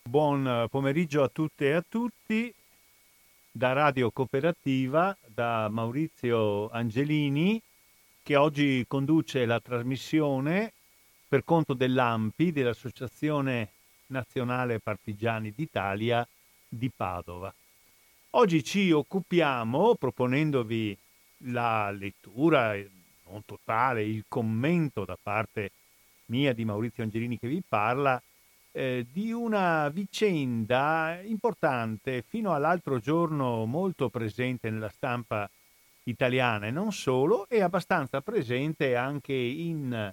Buon pomeriggio a tutte e a tutti da Radio Cooperativa, da Maurizio Angelini, che oggi conduce la trasmissione per conto dell'ANPI, dell'Associazione Nazionale Partigiani d'Italia di Padova. Oggi ci occupiamo, proponendovi la lettura, non totale, il commento da parte mia di Maurizio Angelini che vi parla, di una vicenda importante, fino all'altro giorno molto presente nella stampa italiana e non solo, e abbastanza presente anche in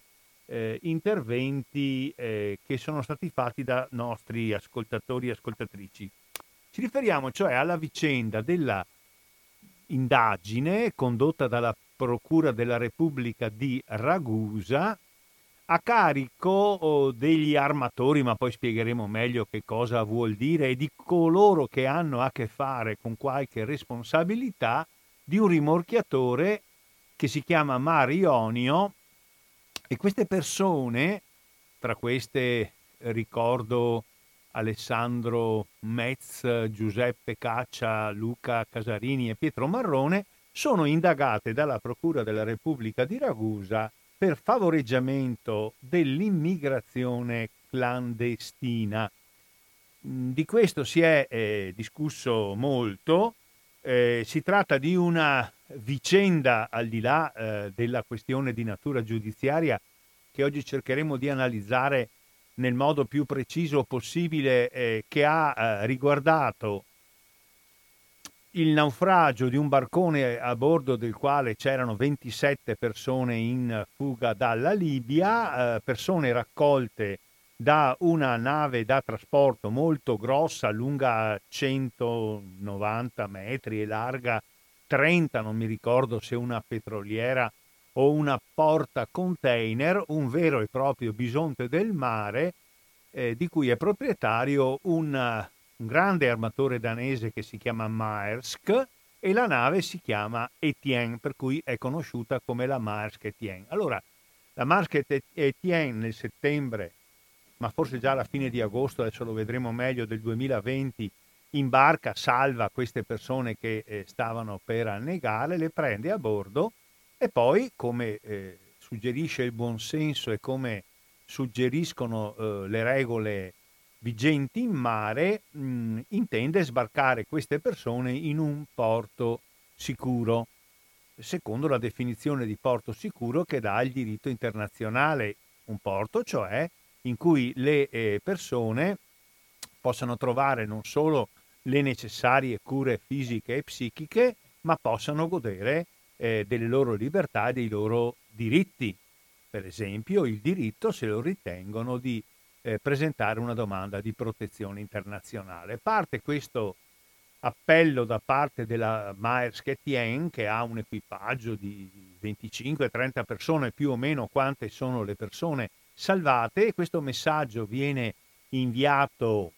interventi che sono stati fatti da nostri ascoltatori e ascoltatrici. Ci riferiamo cioè alla vicenda della indagine condotta dalla Procura della Repubblica di Ragusa a carico degli armatori, ma poi spiegheremo meglio che cosa vuol dire, e di coloro che hanno a che fare con qualche responsabilità di un rimorchiatore che si chiama Mar Ionio. E queste persone, tra queste ricordo Alessandro Metz, Giuseppe Caccia, Luca Casarini e Pietro Marrone, sono indagate dalla Procura della Repubblica di Ragusa per favoreggiamento dell'immigrazione clandestina. Di questo si è discusso molto. Si tratta di una vicenda, al di là della questione di natura giudiziaria, che oggi cercheremo di analizzare nel modo più preciso possibile, che ha riguardato il naufragio di un barcone a bordo del quale c'erano 27 persone in fuga dalla Libia, persone raccolte da una nave da trasporto molto grossa, lunga 190 metri e larga 30, non mi ricordo se una petroliera o una porta container, un vero e proprio bisonte del mare, di cui è proprietario un grande armatore danese che si chiama Maersk, e la nave si chiama Etienne, per cui è conosciuta come la Maersk Etienne. Allora, la Maersk Etienne nel settembre, ma forse già alla fine di agosto, adesso lo vedremo meglio, del 2020, imbarca, salva queste persone che stavano per annegare, le prende a bordo e poi, come suggerisce il buonsenso e come suggeriscono le regole vigenti in mare, intende sbarcare queste persone in un porto sicuro, secondo la definizione di porto sicuro che dà il diritto internazionale. Un porto, cioè, in cui le persone possano trovare non solo le necessarie cure fisiche e psichiche, ma possano godere delle loro libertà e dei loro diritti. Per esempio, il diritto, se lo ritengono, di presentare una domanda di protezione internazionale. Parte questo appello da parte della Maersk Etienne, che ha un equipaggio di 25-30 persone, più o meno quante sono le persone salvate, e questo messaggio viene inviato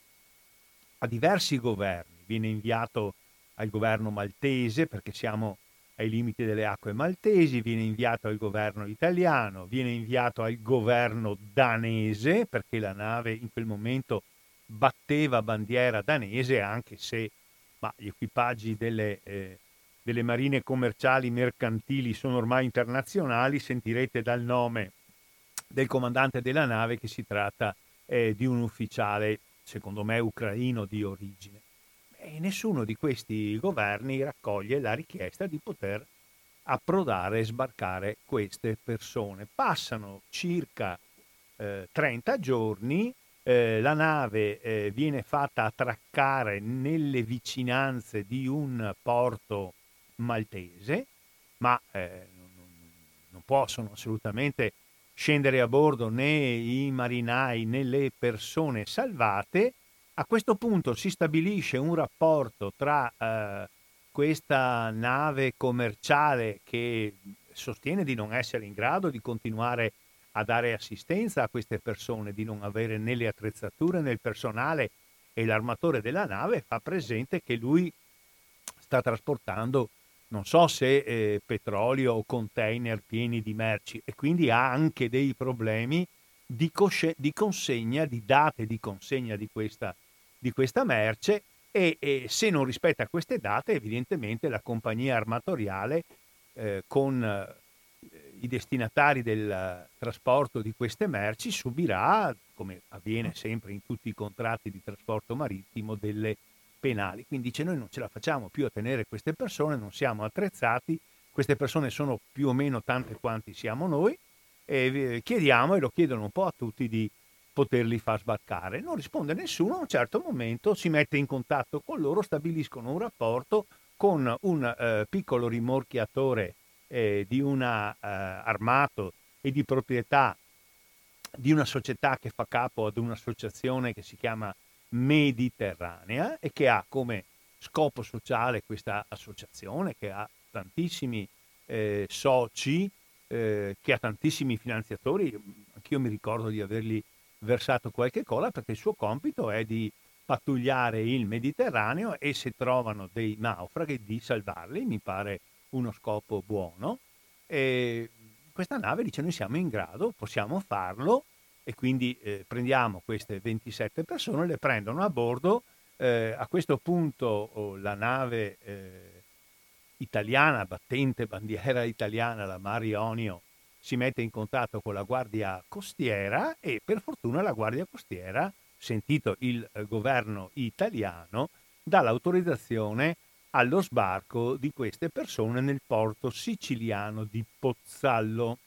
a diversi governi. Viene inviato al governo maltese, perché siamo ai limiti delle acque maltesi, viene inviato al governo italiano, viene inviato al governo danese, perché la nave in quel momento batteva bandiera danese, anche se gli equipaggi delle marine commerciali mercantili sono ormai internazionali. Sentirete dal nome del comandante della nave che si tratta di un ufficiale, secondo me ucraino di origine. E nessuno di questi governi raccoglie la richiesta di poter approdare e sbarcare queste persone. Passano circa 30 giorni, la nave viene fatta attraccare nelle vicinanze di un porto maltese, ma non possono assolutamente scendere a bordo né i marinai né le persone salvate. A questo punto si stabilisce un rapporto tra questa nave commerciale, che sostiene di non essere in grado di continuare a dare assistenza a queste persone, di non avere né le attrezzature né il personale, e l'armatore della nave fa presente che lui sta trasportando non so se petrolio o container pieni di merci, e quindi ha anche dei problemi di consegna, di date di consegna di questa merce e se non rispetta queste date evidentemente la compagnia armatoriale con i destinatari del trasporto di queste merci subirà, come avviene sempre in tutti i contratti di trasporto marittimo, delle penali. Quindi dice noi non ce la facciamo più a tenere queste persone, non siamo attrezzati, queste persone sono più o meno tante quanti siamo noi e chiediamo, e lo chiedono un po' a tutti, di poterli far sbarcare. Non risponde nessuno, a un certo momento si mette in contatto con loro, stabiliscono un rapporto con un piccolo rimorchiatore di una armato e di proprietà di una società che fa capo ad un'associazione che si chiama Mediterranea e che ha come scopo sociale questa associazione, che ha tantissimi soci, che ha tantissimi finanziatori. Anch'io mi ricordo di avergli versato qualche cola, perché il suo compito è di pattugliare il Mediterraneo e se trovano dei naufraghi di salvarli. Mi pare uno scopo buono. E questa nave dice noi siamo in grado, possiamo farlo, e quindi prendiamo queste 27 persone, le prendono a bordo. A questo punto la nave italiana, battente bandiera italiana, la Mare Ionio, si mette in contatto con la Guardia Costiera e per fortuna la Guardia Costiera, sentito il governo italiano, dà l'autorizzazione allo sbarco di queste persone nel porto siciliano di Pozzallo.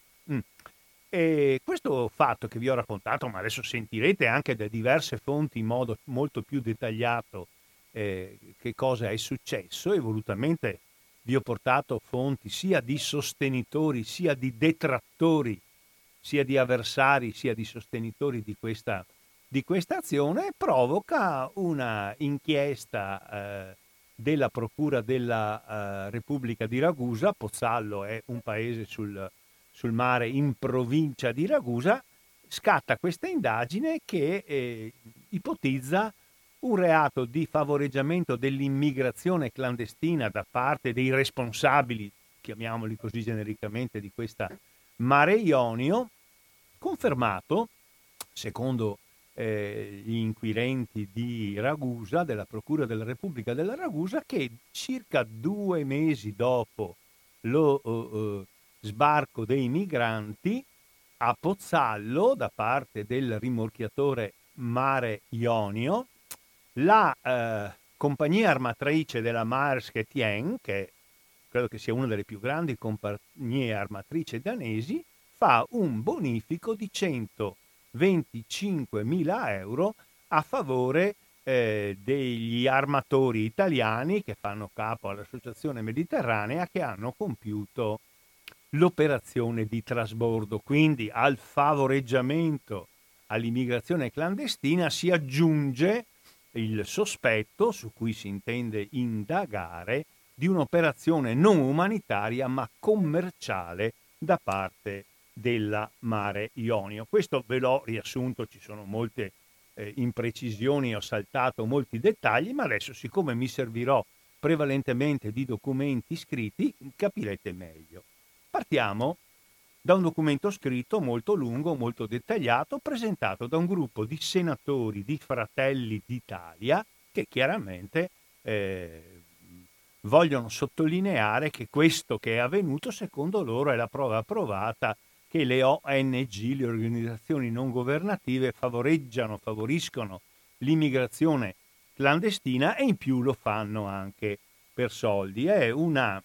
E questo fatto che vi ho raccontato, ma adesso sentirete anche da diverse fonti in modo molto più dettagliato che cosa è successo, e volutamente vi ho portato fonti sia di sostenitori, sia di detrattori, sia di avversari, sia di sostenitori di questa azione, provoca una inchiesta della Procura della Repubblica di Ragusa. Pozzallo è un paese sul mare in provincia di Ragusa. Scatta questa indagine che ipotizza un reato di favoreggiamento dell'immigrazione clandestina da parte dei responsabili, chiamiamoli così genericamente, di questa Mare Ionio, confermato, secondo gli inquirenti di Ragusa, della Procura della Repubblica della Ragusa, che circa 2 mesi dopo lo sbarco dei migranti a Pozzallo da parte del rimorchiatore Mare Ionio, la compagnia armatrice della Maersk Tien, che credo che sia una delle più grandi compagnie armatrici danesi, fa un bonifico di 125.000 euro a favore degli armatori italiani che fanno capo all'Associazione Mediterranea, che hanno compiuto l'operazione di trasbordo. Quindi al favoreggiamento all'immigrazione clandestina si aggiunge il sospetto, su cui si intende indagare, di un'operazione non umanitaria ma commerciale da parte della Mare Ionio. Questo ve l'ho riassunto, ci sono molte imprecisioni, ho saltato molti dettagli, ma adesso, siccome mi servirò prevalentemente di documenti scritti, capirete meglio. Partiamo da un documento scritto molto lungo, molto dettagliato, presentato da un gruppo di senatori di Fratelli d'Italia che chiaramente vogliono sottolineare che questo che è avvenuto, secondo loro, è la prova provata che le ONG, le organizzazioni non governative, favoriscono l'immigrazione clandestina e in più lo fanno anche per soldi. È una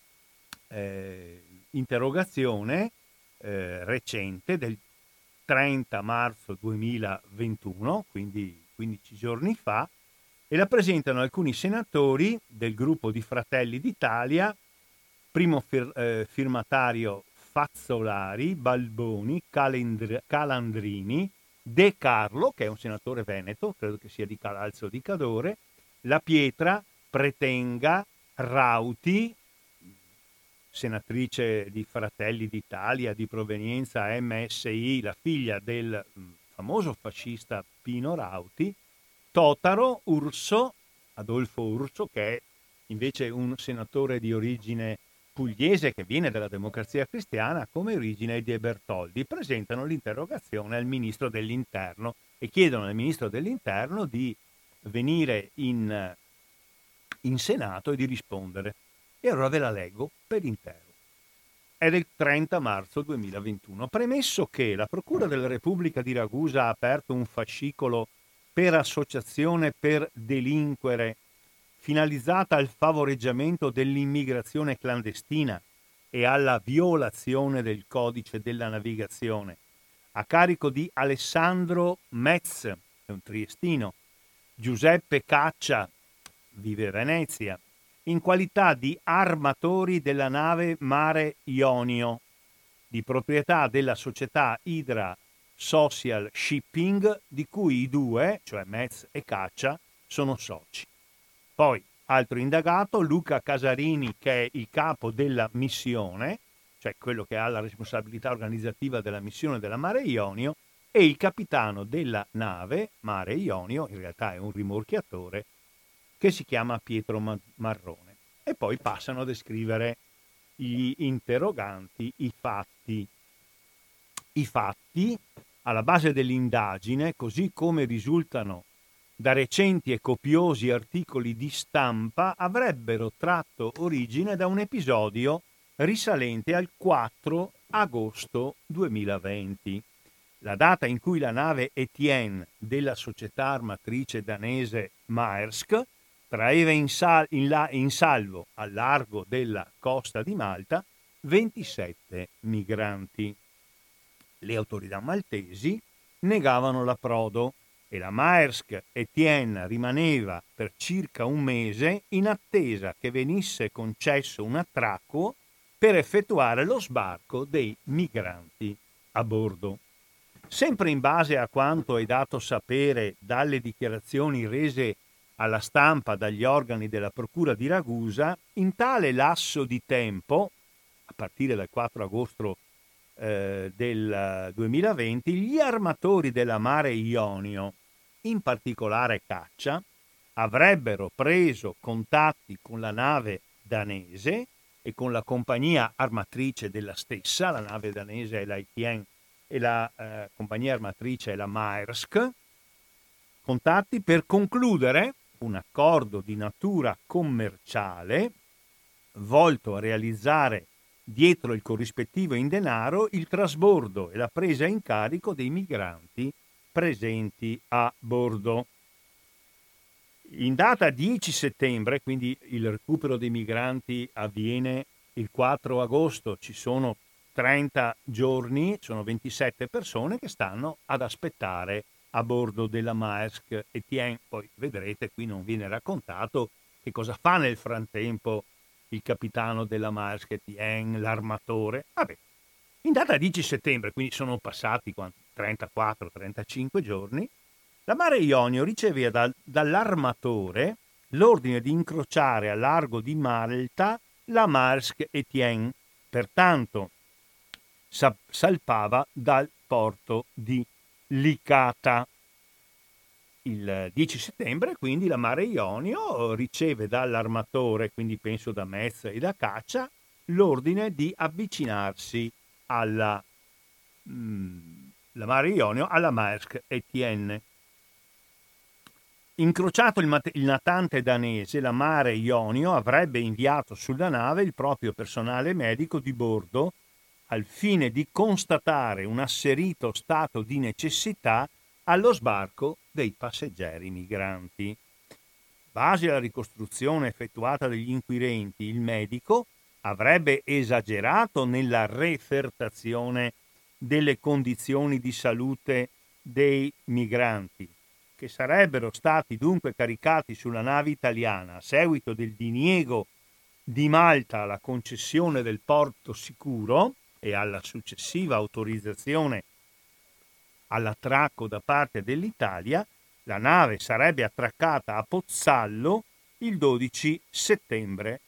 interrogazione recente del 30 marzo 2021, quindi 15 giorni fa, e la presentano alcuni senatori del gruppo di Fratelli d'Italia, primo firmatario Fazzolari, Balboni, Calandrini, De Carlo, che è un senatore veneto, credo che sia di Calalzo di Cadore, La Pietra, Pretenga, Rauti, senatrice di Fratelli d'Italia di provenienza MSI, la figlia del famoso fascista Pino Rauti, Totaro, Urso, Adolfo Urso, che è invece un senatore di origine pugliese che viene dalla Democrazia Cristiana come origine di Bertoldi, presentano l'interrogazione al Ministro dell'Interno e chiedono al Ministro dell'Interno di venire in Senato e di rispondere. E allora ve la leggo per intero. È del 30 marzo 2021. Premesso che la Procura della Repubblica di Ragusa ha aperto un fascicolo per associazione per delinquere finalizzata al favoreggiamento dell'immigrazione clandestina e alla violazione del codice della navigazione, a carico di Alessandro Metz, è un triestino, Giuseppe Caccia, vive a Venezia, in qualità di armatori della nave Mare Ionio, di proprietà della società Hydra Social Shipping, di cui i due, cioè Metz e Caccia, sono soci. Poi, altro indagato, Luca Casarini, che è il capo della missione, cioè quello che ha la responsabilità organizzativa della missione della Mare Ionio, e il capitano della nave Mare Ionio, in realtà è un rimorchiatore, che si chiama Pietro Marrone. E poi passano a descrivere gli interroganti i fatti. I fatti, alla base dell'indagine, così come risultano da recenti e copiosi articoli di stampa, avrebbero tratto origine da un episodio risalente al 4 agosto 2020, la data in cui la nave Etienne della società armatrice danese Maersk traeva in salvo al largo della costa di Malta 27 migranti. Le autorità maltesi negavano l'approdo e la Maersk Etienne rimaneva per circa un mese in attesa che venisse concesso un attracco per effettuare lo sbarco dei migranti a bordo. Sempre in base a quanto è dato sapere dalle dichiarazioni rese alla stampa dagli organi della Procura di Ragusa, in tale lasso di tempo, a partire dal 4 agosto del 2020, gli armatori della Mare Ionio, in particolare Caccia, avrebbero preso contatti con la nave danese e con la compagnia armatrice della stessa. La nave danese è la Etienne e la compagnia armatrice è la Maersk, contatti per concludere un accordo di natura commerciale volto a realizzare, dietro il corrispettivo in denaro, il trasbordo e la presa in carico dei migranti presenti a bordo. In data 10 settembre, quindi il recupero dei migranti avviene il 4 agosto, ci sono 30 giorni, sono 27 persone che stanno ad aspettare a bordo della Maersk Etienne. Poi vedrete, qui non viene raccontato che cosa fa nel frattempo il capitano della Maersk Etienne, l'armatore. Vabbè, in data 10 settembre, quindi sono passati 34-35 giorni, la Mare Ionio riceve dall'armatore l'ordine di incrociare a largo di Malta la Maersk Etienne, pertanto salpava dal porto di Licata. Il 10 settembre, quindi, la Mare Ionio riceve dall'armatore, quindi penso da Metz e da Caccia, l'ordine di avvicinarsi la Mare Ionio alla Maersk Etienne. Incrociato il natante danese, la Mare Ionio avrebbe inviato sulla nave il proprio personale medico di bordo al fine di constatare un asserito stato di necessità allo sbarco dei passeggeri migranti. Base alla ricostruzione effettuata dagli inquirenti, il medico avrebbe esagerato nella refertazione delle condizioni di salute dei migranti, che sarebbero stati dunque caricati sulla nave italiana a seguito del diniego di Malta alla concessione del porto sicuro e alla successiva autorizzazione all'attracco da parte dell'Italia. La nave sarebbe attraccata a Pozzallo il 12 settembre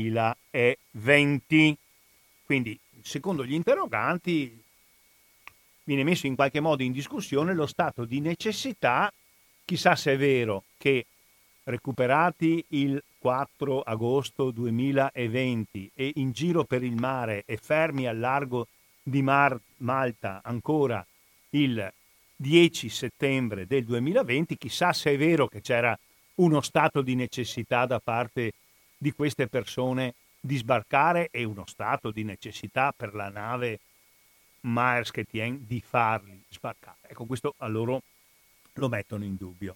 2020. Quindi, secondo gli interroganti, viene messo in qualche modo in discussione lo stato di necessità. Chissà se è vero che recuperati il 4 agosto 2020 e in giro per il mare e fermi al largo di Malta ancora il 10 settembre del 2020, chissà se è vero che c'era uno stato di necessità da parte di queste persone di sbarcare e uno stato di necessità per la nave Maersk Etienne di farli sbarcare. Ecco, questo a loro lo mettono in dubbio.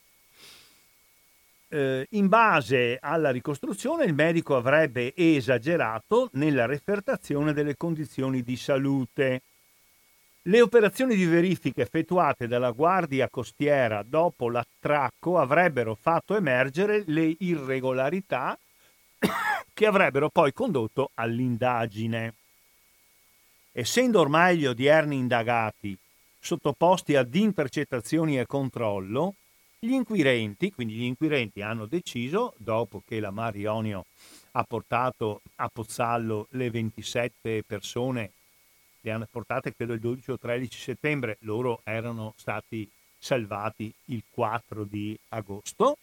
In base alla ricostruzione il medico avrebbe esagerato nella refertazione delle condizioni di salute. Le operazioni di verifica effettuate dalla Guardia Costiera dopo l'attracco avrebbero fatto emergere le irregolarità che avrebbero poi condotto all'indagine. Essendo ormai gli odierni indagati sottoposti ad intercettazioni e controllo, gli inquirenti hanno deciso, dopo che la Mar Ionio ha portato a Pozzallo le 27 persone, le hanno portate credo il 12 o 13 settembre, loro erano stati salvati il 4 di agosto,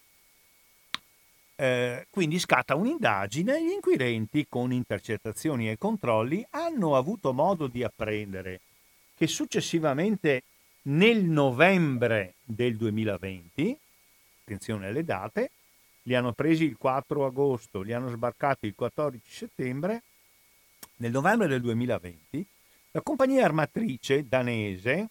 quindi scatta un'indagine. Gli inquirenti con intercettazioni e controlli hanno avuto modo di apprendere che successivamente nel novembre del 2020, attenzione alle date, li hanno presi il 4 agosto, li hanno sbarcati il 14 settembre, nel novembre del 2020 la compagnia armatrice danese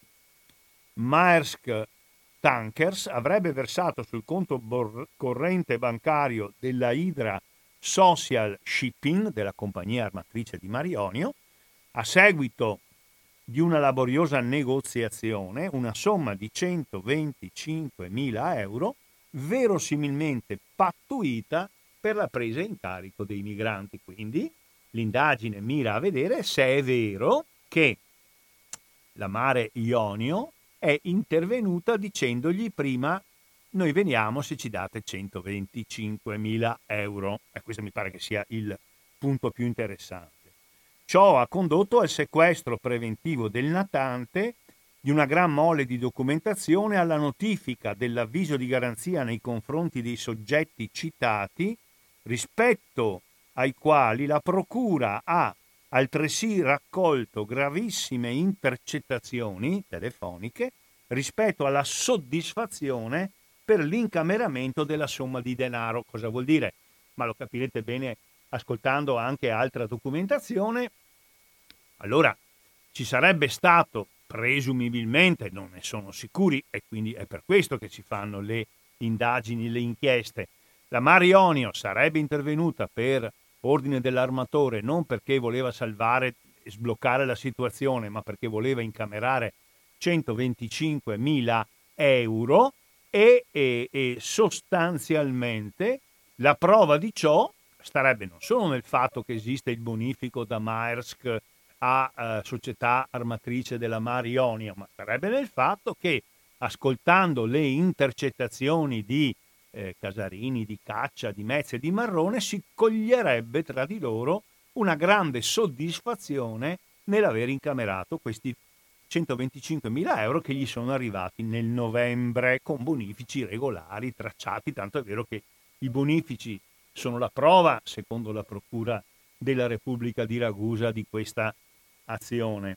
Maersk Tankers avrebbe versato sul conto corrente bancario della Hydra Social Shipping, della compagnia armatrice di Mar Ionio, a seguito di una laboriosa negoziazione, una somma di 125.000 euro, verosimilmente pattuita per la presa in carico dei migranti. Quindi l'indagine mira a vedere se è vero che la Mare Ionio è intervenuta dicendogli prima: noi veniamo se ci date 125.000 euro. E questo mi pare che sia il punto più interessante. Ciò ha condotto al sequestro preventivo del natante, di una gran mole di documentazione, alla notifica dell'avviso di garanzia nei confronti dei soggetti citati, rispetto ai quali la procura ha altresì raccolto gravissime intercettazioni telefoniche rispetto alla soddisfazione per l'incameramento della somma di denaro. Cosa vuol dire? Ma lo capirete bene ascoltando anche altra documentazione. Allora, ci sarebbe stato, presumibilmente, non ne sono sicuri, e quindi è per questo che si fanno le indagini, le inchieste, la Mar Ionio sarebbe intervenuta per ordine dell'armatore, non perché voleva salvare e sbloccare la situazione, ma perché voleva incamerare 125.000 euro e sostanzialmente la prova di ciò starebbe non solo nel fatto che esiste il bonifico da Maersk a società armatrice della Mar Ionio, ma sarebbe nel fatto che, ascoltando le intercettazioni di Casarini, di Caccia, di Mezza e di Marrone, si coglierebbe tra di loro una grande soddisfazione nell'aver incamerato questi 125.000 euro che gli sono arrivati nel novembre con bonifici regolari, tracciati, tanto è vero che i bonifici sono la prova, secondo la Procura della Repubblica di Ragusa, di questa azione.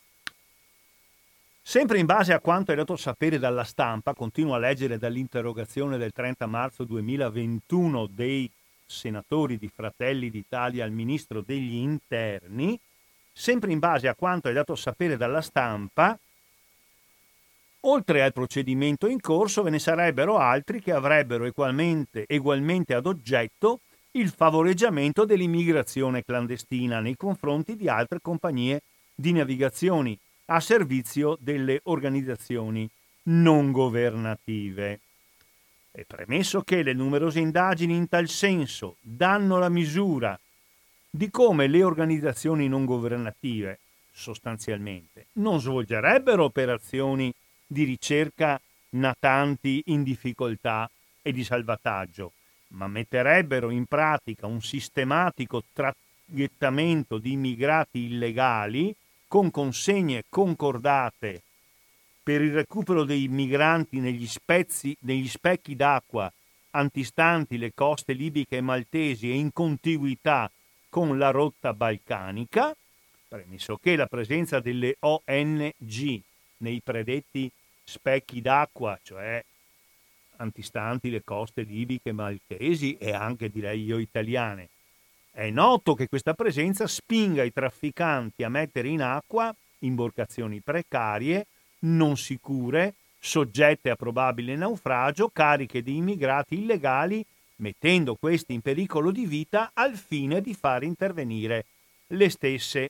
Sempre in base a quanto è dato sapere dalla stampa, continuo a leggere dall'interrogazione del 30 marzo 2021 dei senatori di Fratelli d'Italia al ministro degli Interni, sempre in base a quanto è dato sapere dalla stampa, oltre al procedimento in corso ve ne sarebbero altri che avrebbero egualmente ad oggetto il favoreggiamento dell'immigrazione clandestina nei confronti di altre compagnie di navigazioni a servizio delle organizzazioni non governative. È premesso che le numerose indagini in tal senso danno la misura di come le organizzazioni non governative, sostanzialmente, non svolgerebbero operazioni di ricerca natanti in difficoltà e di salvataggio, ma metterebbero in pratica un sistematico traghettamento di immigrati illegali con consegne concordate per il recupero dei migranti negli specchi d'acqua antistanti le coste libiche e maltesi e in contiguità con la rotta balcanica, premesso che la presenza delle ONG nei predetti specchi d'acqua, cioè antistanti le coste libiche, maltesi e anche, direi io, italiane. È noto che questa presenza spinga i trafficanti a mettere in acqua imbarcazioni precarie, non sicure, soggette a probabile naufragio, cariche di immigrati illegali, mettendo questi in pericolo di vita al fine di far intervenire le stesse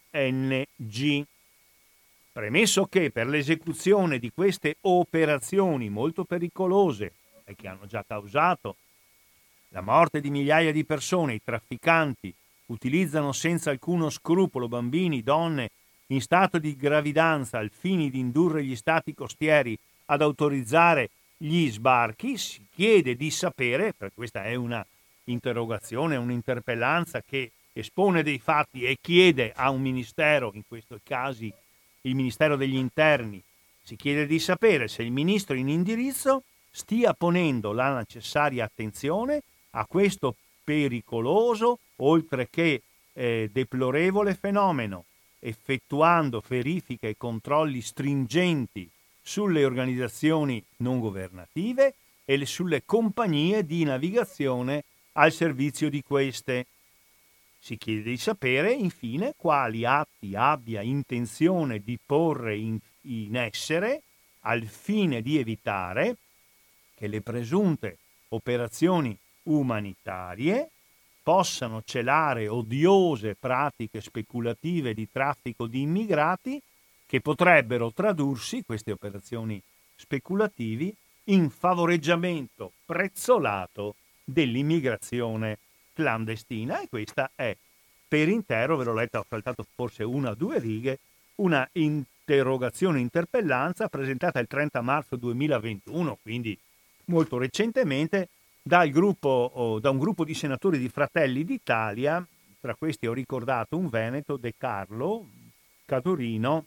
ONG. Premesso che per l'esecuzione di queste operazioni molto pericolose e che hanno già causato la morte di migliaia di persone, i trafficanti utilizzano senza alcuno scrupolo bambini, donne in stato di gravidanza al fine di indurre gli stati costieri ad autorizzare gli sbarchi, si chiede di sapere, perché questa è una interrogazione, un'interpellanza che espone dei fatti e chiede a un ministero, in questi casi il Ministero degli Interni, si chiede di sapere se il ministro in indirizzo stia ponendo la necessaria attenzione a questo pericoloso, oltre che deplorevole fenomeno, effettuando verifiche e controlli stringenti sulle organizzazioni non governative e sulle compagnie di navigazione al servizio di queste. Si chiede di sapere, infine, quali atti abbia intenzione di porre in essere al fine di evitare che le presunte operazioni umanitarie possano celare odiose pratiche speculative di traffico di immigrati che potrebbero tradursi, queste operazioni speculativi, in favoreggiamento prezzolato dell'immigrazione clandestina. E questa è per intero, ve l'ho letta, ho saltato forse una o due righe, una interrogazione interpellanza presentata il 30 marzo 2021, quindi molto recentemente, da un gruppo di senatori di Fratelli d'Italia. Tra questi ho ricordato un veneto, De Carlo Catorino,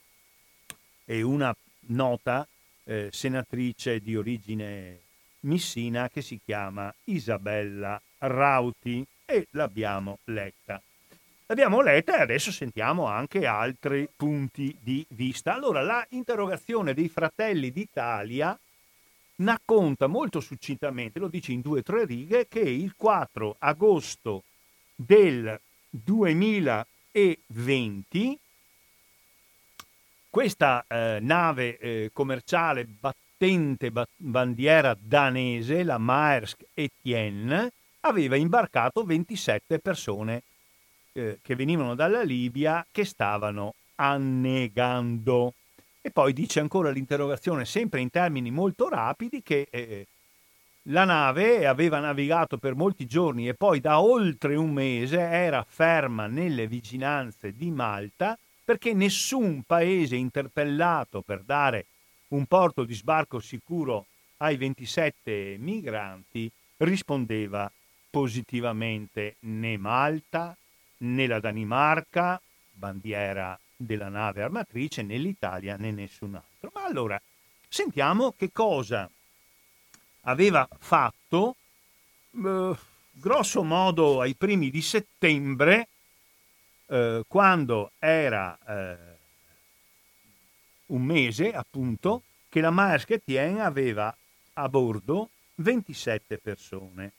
e una nota senatrice di origine missina che si chiama Isabella Rauti, e l'abbiamo letta. L'abbiamo letta e adesso sentiamo anche altri punti di vista. Allora, la interrogazione dei Fratelli d'Italia racconta molto succintamente, lo dice in 2 o 3 righe, che il 4 agosto del 2020 questa nave commerciale battente bandiera danese, la Maersk Etienne, aveva imbarcato 27 persone che venivano dalla Libia, che stavano annegando. E poi dice ancora l'interrogazione, sempre in termini molto rapidi, che la nave aveva navigato per molti giorni e poi da oltre un mese era ferma nelle vicinanze di Malta, perché nessun paese interpellato per dare un porto di sbarco sicuro ai 27 migranti rispondeva positivamente, né Malta, né la Danimarca, bandiera della nave armatrice, né l'Italia, né nessun altro. Ma allora, sentiamo che cosa aveva fatto, grosso modo ai primi di settembre, quando era un mese, appunto, che la Maersk Etienne aveva a bordo 27 persone.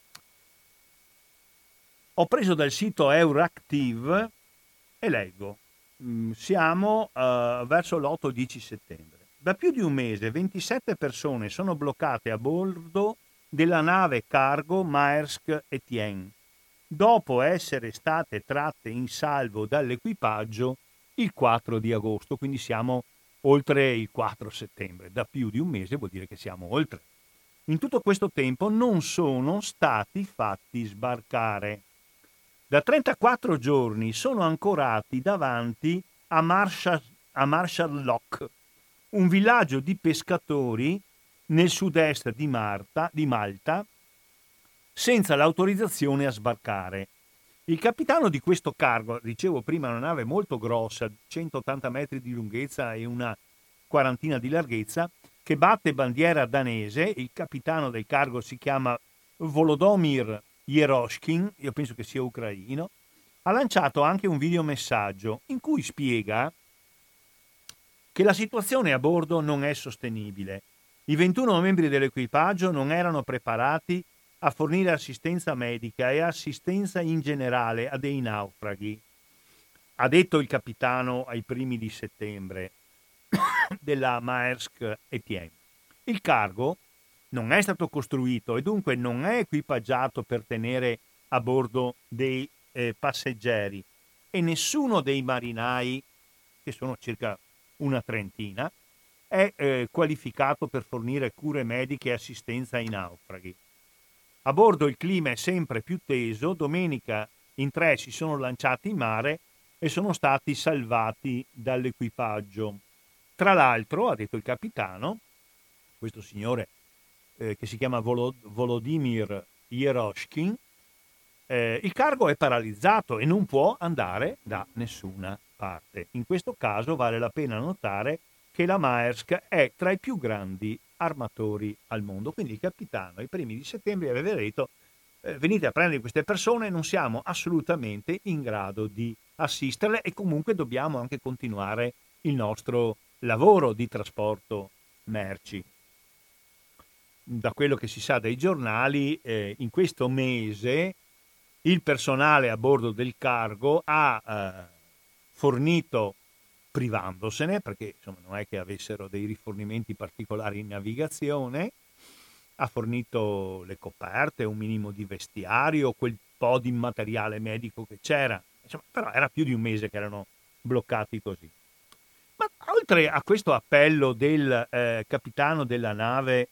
Ho preso dal sito Euractiv e leggo. Siamo verso l'8-10 settembre. Da più di un mese 27 persone sono bloccate a bordo della nave cargo Maersk Etienne, dopo essere state tratte in salvo dall'equipaggio il 4 di agosto, quindi siamo oltre il 4 settembre. Da più di un mese vuol dire che siamo oltre. In tutto questo tempo non sono stati fatti sbarcare. Da 34 giorni sono ancorati davanti a Marshall Lock, un villaggio di pescatori nel sud-est di Malta, senza l'autorizzazione a sbarcare. Il capitano di questo cargo, dicevo prima, una nave molto grossa, 180 metri di lunghezza e una quarantina di larghezza, che batte bandiera danese, il capitano del cargo si chiama Volodymyr Yeroshkin, io penso che sia ucraino, ha lanciato anche un videomessaggio in cui spiega che la situazione a bordo non è sostenibile. I 21 membri dell'equipaggio non erano preparati a fornire assistenza medica e assistenza in generale a dei naufraghi, ha detto il capitano ai primi di settembre della Maersk Etienne. Il cargo non è stato costruito e dunque non è equipaggiato per tenere a bordo dei passeggeri e nessuno dei marinai, che sono circa una trentina, è qualificato per fornire cure mediche e assistenza ai naufraghi. A bordo il clima è sempre più teso, domenica in 3 si sono lanciati in mare e sono stati salvati dall'equipaggio. Tra l'altro, ha detto il capitano, questo signore che si chiama Volodymyr Yeroshkin, il cargo è paralizzato e non può andare da nessuna parte. In questo caso vale la pena notare che la Maersk è tra i più grandi armatori al mondo. Quindi il capitano ai primi di settembre aveva detto venite a prendere queste persone, non siamo assolutamente in grado di assisterle e comunque dobbiamo anche continuare il nostro lavoro di trasporto merci. Da quello che si sa dai giornali, in questo mese il personale a bordo del cargo ha fornito, privandosene, perché insomma non è che avessero dei rifornimenti particolari in navigazione, ha fornito le coperte, un minimo di vestiario, quel po' di materiale medico che c'era, insomma, però era più di un mese che erano bloccati così. Ma oltre a questo appello del capitano della nave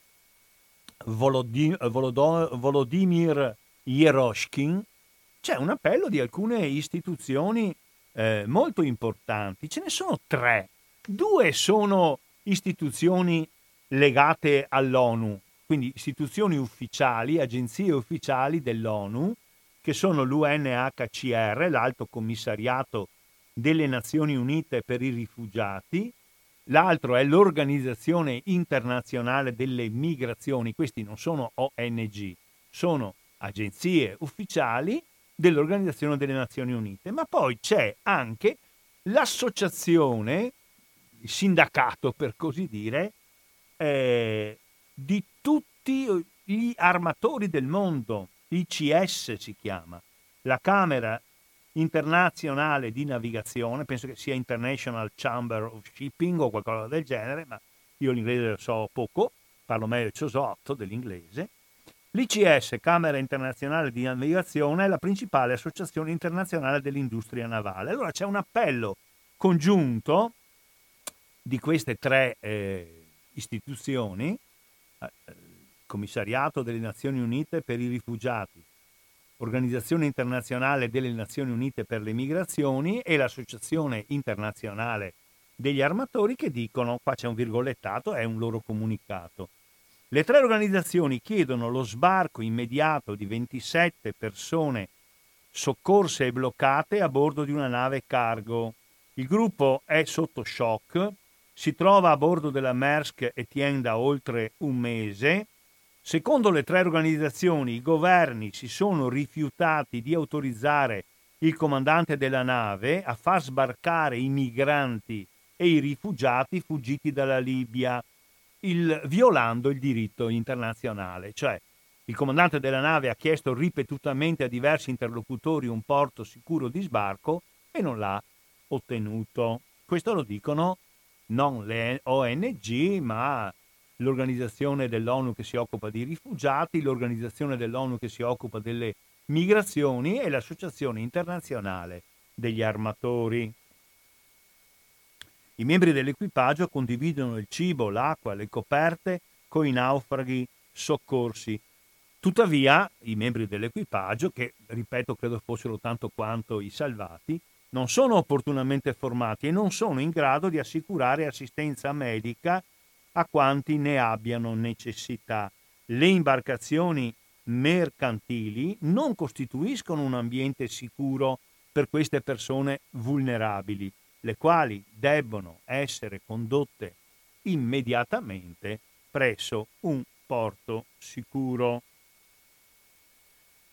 Volodymyr Yeroshkin, c'è un appello di alcune istituzioni molto importanti. Ce ne sono 3. 2 sono istituzioni legate all'ONU, quindi istituzioni ufficiali, agenzie ufficiali dell'ONU, che sono l'UNHCR, l'Alto Commissariato delle Nazioni Unite per i Rifugiati, l'altro è l'Organizzazione Internazionale delle Migrazioni. Questi non sono ONG, sono agenzie ufficiali dell'Organizzazione delle Nazioni Unite, ma poi c'è anche l'associazione, il sindacato per così dire, di tutti gli armatori del mondo, ICS si chiama, la Camera Internazionale di Navigazione, penso che sia International Chamber of Shipping o qualcosa del genere, ma io l'inglese lo so poco, parlo meglio ciosotto dell'inglese. L'ICS, Camera Internazionale di Navigazione, è la principale associazione internazionale dell'industria navale. Allora c'è un appello congiunto di queste 3 istituzioni, Commissariato delle Nazioni Unite per i Rifugiati, Organizzazione Internazionale delle Nazioni Unite per le Migrazioni e l'Associazione Internazionale degli Armatori, che dicono, qua c'è un virgolettato, è un loro comunicato. Le 3 organizzazioni chiedono lo sbarco immediato di 27 persone soccorse e bloccate a bordo di una nave cargo. Il gruppo è sotto shock, si trova a bordo della Maersk Etienne da oltre un mese. Secondo le 3 organizzazioni, i governi si sono rifiutati di autorizzare il comandante della nave a far sbarcare i migranti e i rifugiati fuggiti dalla Libia, violando il diritto internazionale. Cioè, il comandante della nave ha chiesto ripetutamente a diversi interlocutori un porto sicuro di sbarco e non l'ha ottenuto. Questo lo dicono non le ONG, ma l'organizzazione dell'ONU che si occupa di rifugiati, l'organizzazione dell'ONU che si occupa delle migrazioni e l'Associazione Internazionale degli Armatori. I membri dell'equipaggio condividono il cibo, l'acqua, le coperte con i naufraghi soccorsi. Tuttavia, i membri dell'equipaggio, che ripeto credo fossero tanto quanto i salvati, non sono opportunamente formati e non sono in grado di assicurare assistenza medica a quanti ne abbiano necessità. Le imbarcazioni mercantili non costituiscono un ambiente sicuro per queste persone vulnerabili, le quali debbono essere condotte immediatamente presso un porto sicuro.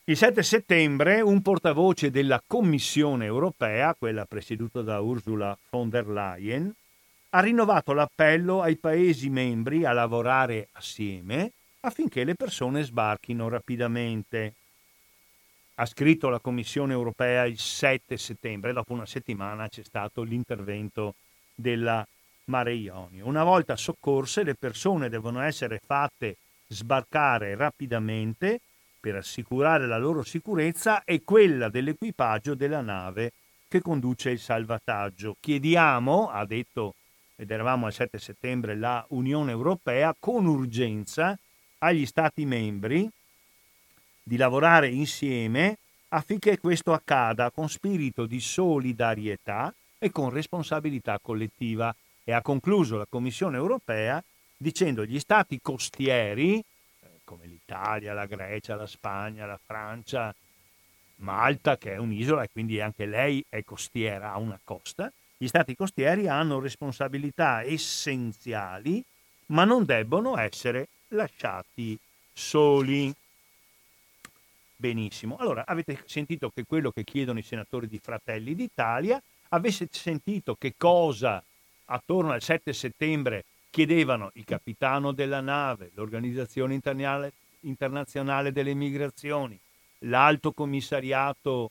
Il 7 settembre un portavoce della Commissione europea, quella presieduta da Ursula von der Leyen, ha rinnovato l'appello ai Paesi membri a lavorare assieme affinché le persone sbarchino rapidamente. Ha scritto la Commissione europea il 7 settembre, dopo una settimana c'è stato l'intervento della Mare Ionio. Una volta soccorse, le persone devono essere fatte sbarcare rapidamente per assicurare la loro sicurezza e quella dell'equipaggio della nave che conduce il salvataggio. Chiediamo, ha detto, ed eravamo al 7 settembre, la Unione Europea, con urgenza agli Stati membri di lavorare insieme affinché questo accada con spirito di solidarietà e con responsabilità collettiva. E ha concluso la Commissione Europea dicendo gli Stati costieri, come l'Italia, la Grecia, la Spagna, la Francia, Malta, che è un'isola e quindi anche lei è costiera, ha una costa, gli Stati costieri hanno responsabilità essenziali, ma non debbono essere lasciati soli. Benissimo. Allora, avete sentito che quello che chiedono i senatori di Fratelli d'Italia, avete sentito che cosa attorno al 7 settembre chiedevano il capitano della nave, l'Organizzazione Internazionale delle Migrazioni, l'Alto Commissariato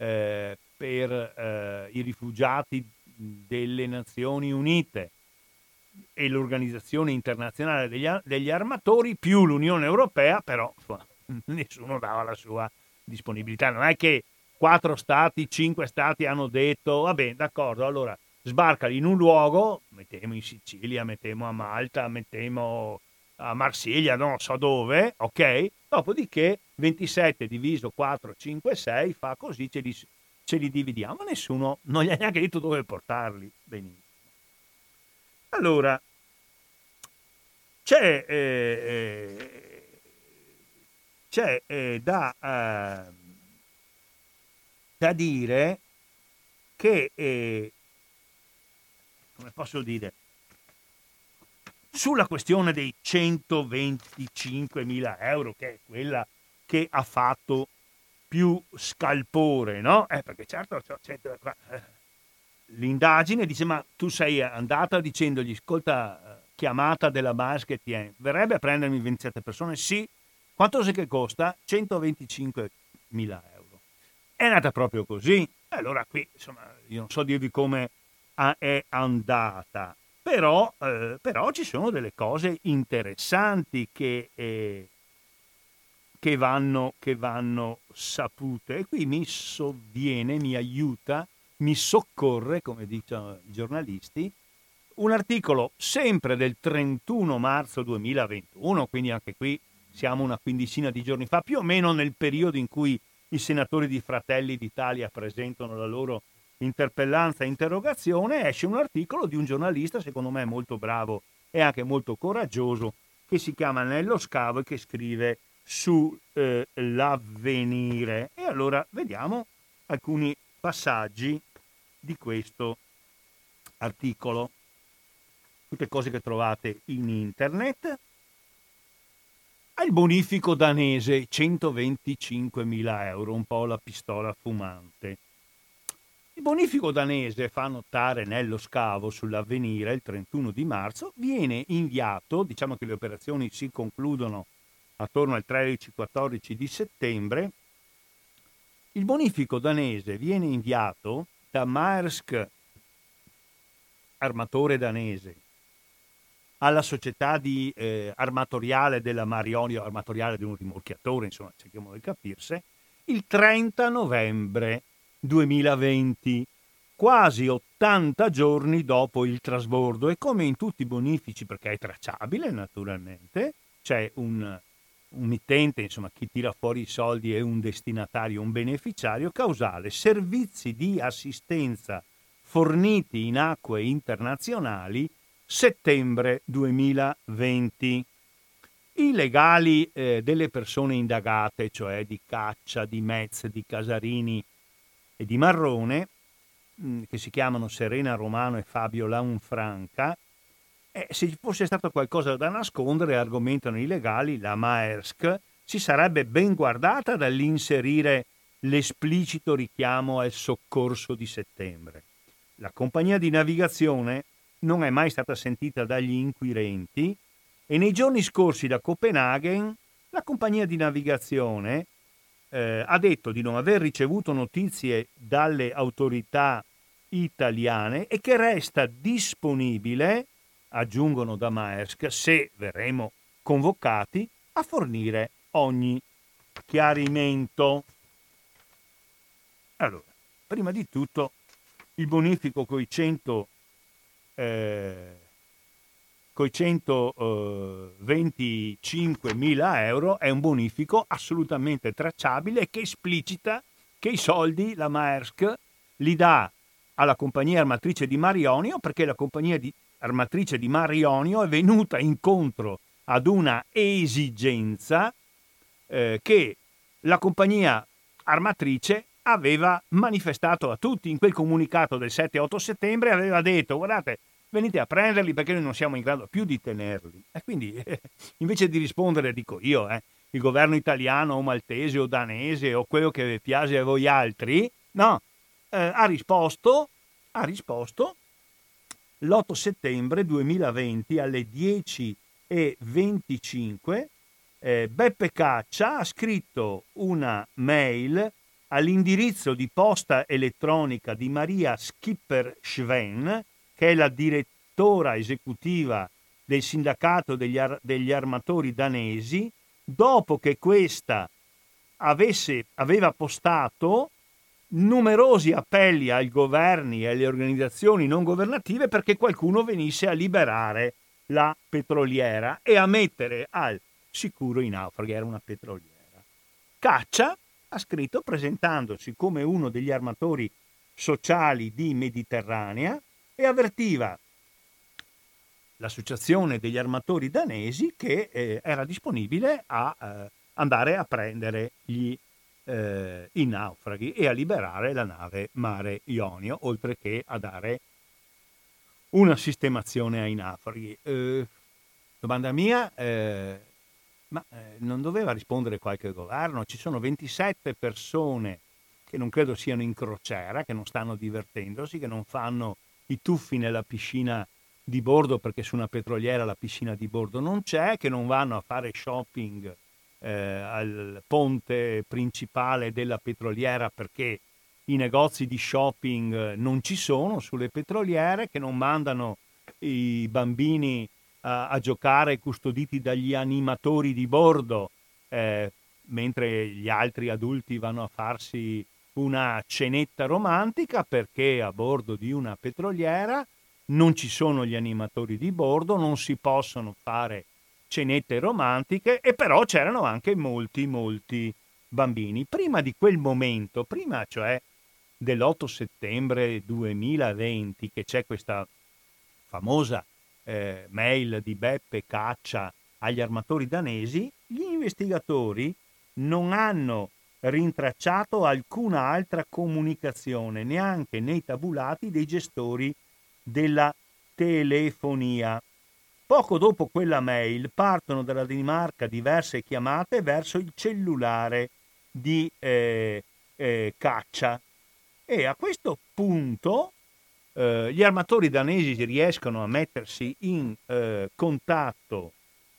per i rifugiati delle Nazioni Unite e l'Organizzazione Internazionale degli Armatori, più l'Unione Europea, però nessuno dava la sua disponibilità. Non è che 4 stati, 5 stati hanno detto vabbè, d'accordo, allora sbarcali in un luogo, mettiamo in Sicilia, mettiamo a Malta, mettiamo a Marsiglia, non so dove, ok? Dopodiché 27 diviso 4, 5, 6 fa così, ce li dividiamo. Nessuno non gli ha neanche detto dove portarli. Benissimo. Allora, c'è da dire che, come posso dire, sulla questione dei 125.000 euro, che è quella che ha fatto più scalpore, no? Perché certo, l'indagine dice, ma tu sei andata dicendogli, ascolta, chiamata della basket, verrebbe a prendermi 27 persone? Sì. Quanto sai che costa? 125.000 euro. È andata proprio così. Allora qui, insomma, io non so dirvi come è andata, però ci sono delle cose interessanti che vanno sapute. E qui mi sovviene, mi aiuta, mi soccorre, come dicono i giornalisti, un articolo sempre del 31 marzo 2021, quindi anche qui siamo una quindicina di giorni fa, più o meno nel periodo in cui i senatori di Fratelli d'Italia presentano la loro interpellanza e interrogazione. Esce un articolo di un giornalista, secondo me molto bravo e anche molto coraggioso, che si chiama Nello Scavo e che scrive su l'Avvenire. E allora vediamo alcuni passaggi di questo articolo, tutte cose che trovate in internet. Il bonifico danese, 125.000 euro, un po' la pistola fumante. Il bonifico danese, fa notare Nello Scavo sull'Avvenire il 31 di marzo, viene inviato, diciamo che le operazioni si concludono attorno al 13-14 di settembre, il bonifico danese viene inviato da Maersk, armatore danese, alla società di armatoriale della Mare Ionio, armatoriale di un rimorchiatore, insomma, cerchiamo di capirsi, il 30 novembre 2020, quasi 80 giorni dopo il trasbordo. E come in tutti i bonifici, perché è tracciabile naturalmente, c'è un mittente, insomma, chi tira fuori i soldi è un destinatario, un beneficiario causale, servizi di assistenza forniti in acque internazionali, settembre 2020. I legali delle persone indagate, cioè di Caccia, di Metz, di Casarini e di Marrone, che si chiamano Serena Romano e Fabio Lanfranca, se ci fosse stato qualcosa da nascondere, argomentano i legali, la Maersk si sarebbe ben guardata dall'inserire l'esplicito richiamo al soccorso di settembre. La compagnia di navigazione non è mai stata sentita dagli inquirenti e nei giorni scorsi da Copenaghen la compagnia di navigazione ha detto di non aver ricevuto notizie dalle autorità italiane e che resta disponibile, aggiungono da Maersk, se verremo convocati, a fornire ogni chiarimento. Allora, prima di tutto, il bonifico coi 125.000 euro è un bonifico assolutamente tracciabile e che esplicita che i soldi la Maersk li dà alla compagnia armatrice di Mare Jonio, perché la compagnia armatrice di Mare Jonio è venuta incontro ad una esigenza che la compagnia armatrice aveva manifestato a tutti. In quel comunicato del 7-8 settembre aveva detto: guardate, venite a prenderli perché noi non siamo in grado più di tenerli. E quindi invece di rispondere, dico io, il governo italiano o maltese o danese o quello che vi piace a voi altri, no, ha risposto l'8 settembre 2020 alle 10:25. Beppe Caccia ha scritto una mail all'indirizzo di posta elettronica di Maria Skipper Schwen, che è la direttora esecutiva del sindacato degli armatori danesi, dopo che questa aveva postato numerosi appelli ai governi e alle organizzazioni non governative perché qualcuno venisse a liberare la petroliera e a mettere al sicuro i naufraghi. Era una petroliera. Caccia ha scritto presentandosi come uno degli armatori sociali di Mediterranea e avvertiva l'associazione degli armatori danesi che era disponibile a andare a prendere i naufraghi e a liberare la nave Mare Jonio, oltre che a dare una sistemazione ai naufraghi. Domanda mia, ma non doveva rispondere qualche governo? Ci sono 27 persone che non credo siano in crociera, che non stanno divertendosi, che non fanno i tuffi nella piscina di bordo perché su una petroliera la piscina di bordo non c'è, che non vanno a fare shopping al ponte principale della petroliera perché i negozi di shopping non ci sono sulle petroliere, che non mandano i bambini a giocare custoditi dagli animatori di bordo, mentre gli altri adulti vanno a farsi una cenetta romantica, perché a bordo di una petroliera non ci sono gli animatori di bordo, non si possono fare cenette romantiche, e però c'erano anche molti bambini. Prima di quel momento, prima cioè dell'8 settembre 2020, che c'è questa famosa mail di Beppe Caccia agli armatori danesi, gli investigatori non hanno rintracciato alcuna altra comunicazione, neanche nei tabulati dei gestori della telefonia. Poco dopo quella mail partono dalla Danimarca diverse chiamate verso il cellulare di Caccia, e a questo punto gli armatori danesi riescono a mettersi in contatto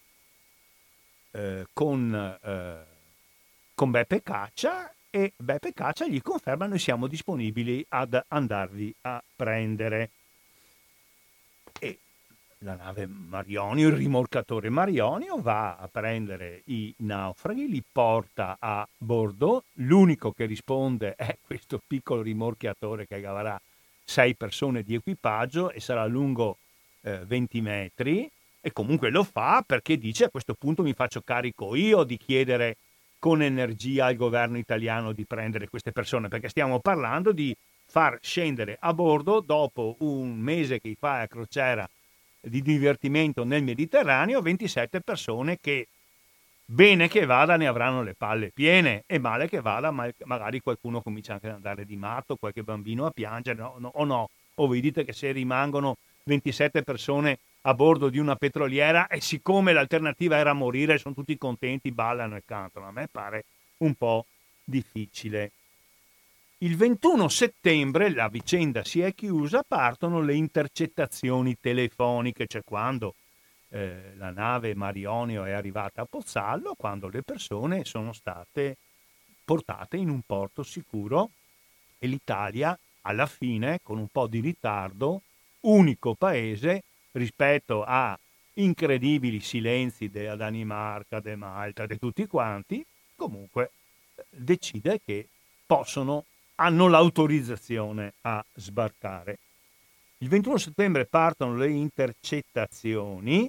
con Beppe Caccia, e Beppe Caccia gli conferma: noi siamo disponibili ad andarvi a prendere. E la nave Mare Jonio, il rimorchiatore Mare Jonio, va a prendere i naufraghi, li porta a bordo. L'unico che risponde è questo piccolo rimorchiatore che avrà 6 persone di equipaggio e sarà lungo 20 metri, e comunque lo fa perché dice: a questo punto mi faccio carico io di chiedere con energia al governo italiano di prendere queste persone, perché stiamo parlando di far scendere a bordo, dopo un mese che fa a crociera di divertimento nel Mediterraneo, 27 persone che, bene che vada, ne avranno le palle piene, e male che vada magari qualcuno comincia anche ad andare di matto, qualche bambino a piangere, o vi dite che se rimangono 27 persone a bordo di una petroliera e siccome l'alternativa era morire sono tutti contenti, ballano e cantano. A me pare un po' difficile. Il 21 settembre la vicenda si è chiusa, partono le intercettazioni telefoniche, cioè quando la nave Marionio è arrivata a Pozzallo, quando le persone sono state portate in un porto sicuro e l'Italia alla fine, con un po' di ritardo, unico paese rispetto a incredibili silenzi della Danimarca, de Malta, di tutti quanti, comunque decide che hanno l'autorizzazione a sbarcare. Il 21 settembre partono le intercettazioni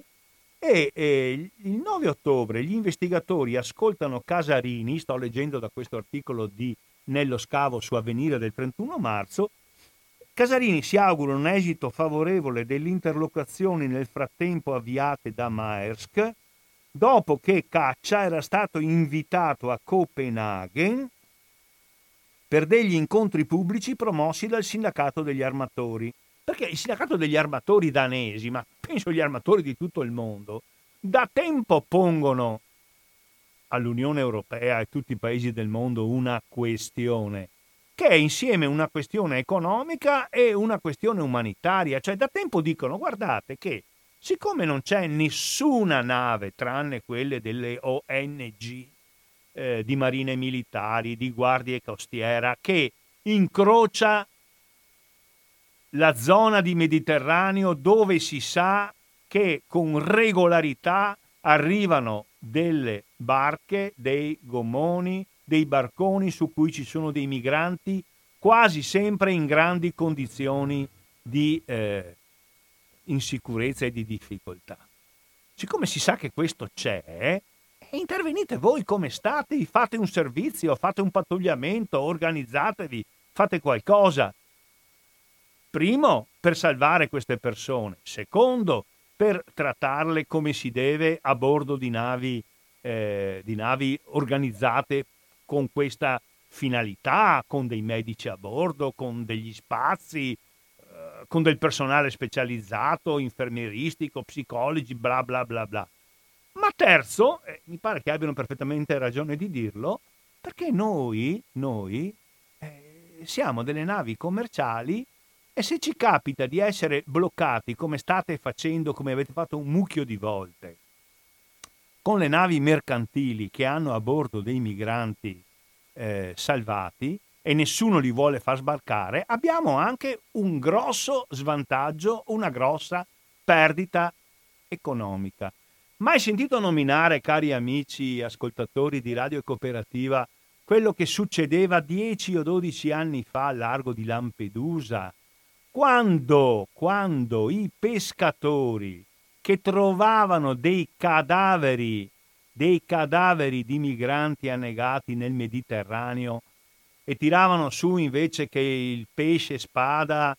e il 9 ottobre gli investigatori ascoltano Casarini, sto leggendo da questo articolo di Nello Scavo su Avvenire del 31 marzo, Casarini si augura un esito favorevole delle interlocuzioni nel frattempo avviate da Maersk, dopo che Caccia era stato invitato a Copenaghen per degli incontri pubblici promossi dal sindacato degli armatori. Perché il sindacato degli armatori danesi, ma penso gli armatori di tutto il mondo, da tempo pongono all'Unione Europea e a tutti i paesi del mondo una questione, che è insieme una questione economica e una questione umanitaria. Cioè da tempo dicono, guardate che siccome non c'è nessuna nave, tranne quelle delle ONG, di marine militari, di guardie costiera, che incrocia la zona di Mediterraneo dove si sa che con regolarità arrivano delle barche, dei gommoni, dei barconi su cui ci sono dei migranti quasi sempre in grandi condizioni di insicurezza e di difficoltà. Siccome si sa che questo c'è, intervenite voi come stati, fate un servizio, fate un pattugliamento, organizzatevi, fate qualcosa. Primo, per salvare queste persone. Secondo, per trattarle come si deve a bordo di navi organizzate con questa finalità, con dei medici a bordo, con degli spazi, con del personale specializzato, infermieristico, psicologi, bla bla bla bla. Ma terzo, mi pare che abbiano perfettamente ragione di dirlo, perché noi siamo delle navi commerciali e se ci capita di essere bloccati come state facendo, come avete fatto un mucchio di volte, con le navi mercantili che hanno a bordo dei migranti salvati e nessuno li vuole far sbarcare, abbiamo anche un grosso svantaggio, una grossa perdita economica. Mai sentito nominare, cari amici ascoltatori di Radio Cooperativa, quello che succedeva 10 o 12 anni fa al largo di Lampedusa, quando i pescatori che trovavano dei cadaveri di migranti annegati nel Mediterraneo e tiravano su invece che il pesce spada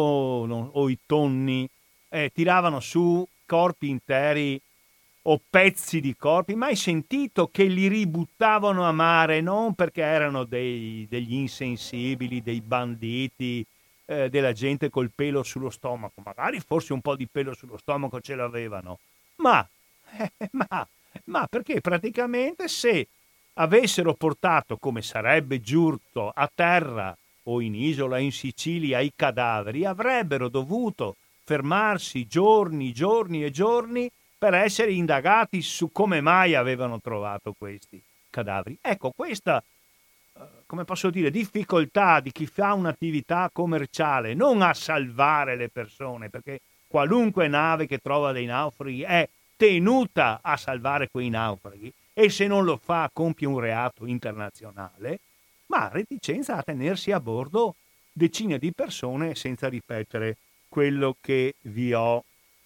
o i tonni, tiravano su corpi interi o pezzi di corpi, mai sentito che li ributtavano a mare non perché erano degli insensibili, dei banditi, della gente col pelo sullo stomaco, magari forse un po' di pelo sullo stomaco ce l'avevano, ma perché praticamente se avessero portato, come sarebbe giusto, a terra o in isola in Sicilia i cadaveri, avrebbero dovuto fermarsi giorni e giorni per essere indagati su come mai avevano trovato questi cadaveri. Ecco, questa, come posso dire, difficoltà di chi fa un'attività commerciale non a salvare le persone, perché qualunque nave che trova dei naufraghi è tenuta a salvare quei naufraghi e se non lo fa compie un reato internazionale, ma reticenza a tenersi a bordo decine di persone senza ripetere quello che vi ho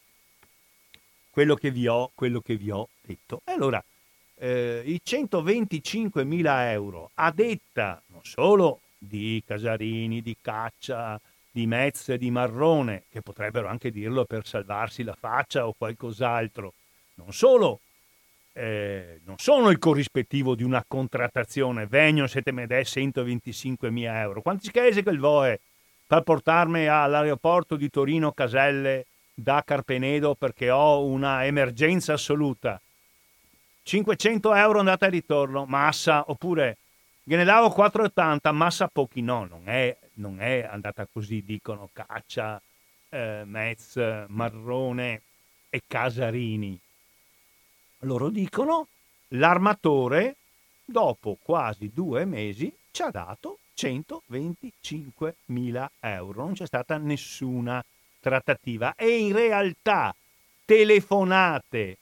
detto. E allora i 125.000 euro a detta non solo di Casarini, di Caccia, di Metz e di Marrone, che potrebbero anche dirlo per salvarsi la faccia o qualcos'altro, non solo non sono il corrispettivo di una contrattazione, vegno se te me dai 125.000 euro. Quanti scese che il voe per portarmi all'aeroporto di Torino Caselle da Carpenedo perché ho una emergenza assoluta. 500 euro andata e ritorno, massa, oppure gliene davo 4,80, massa pochi. No, non è andata così, dicono Caccia, Metz, Marrone e Casarini. Loro dicono l'armatore dopo quasi 2 mesi ci ha dato 125.000 euro, non c'è stata nessuna trattativa e in realtà telefonate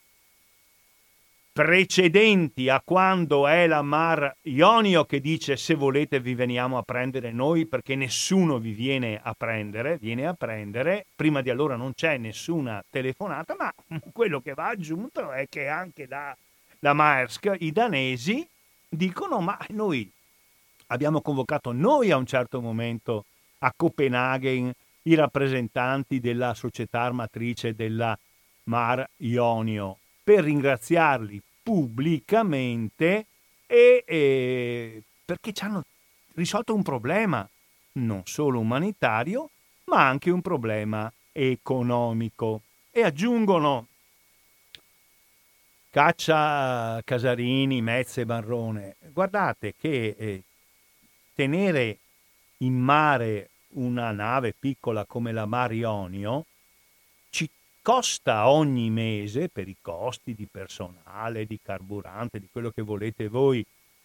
precedenti a quando è la Mar Ionio che dice se volete vi veniamo a prendere noi perché nessuno vi viene a prendere, prima di allora non c'è nessuna telefonata, ma quello che va aggiunto è che anche la Maersk, i danesi dicono ma noi abbiamo convocato noi a un certo momento a Copenaghen i rappresentanti della società armatrice della Mar Ionio per ringraziarli pubblicamente perché ci hanno risolto un problema non solo umanitario ma anche un problema economico. E aggiungono Caccia, Casarini, Metz e Marrone, guardate che tenere in mare una nave piccola come la Mar Ionio ci costa ogni mese, per i costi di personale, di carburante, di quello che volete voi,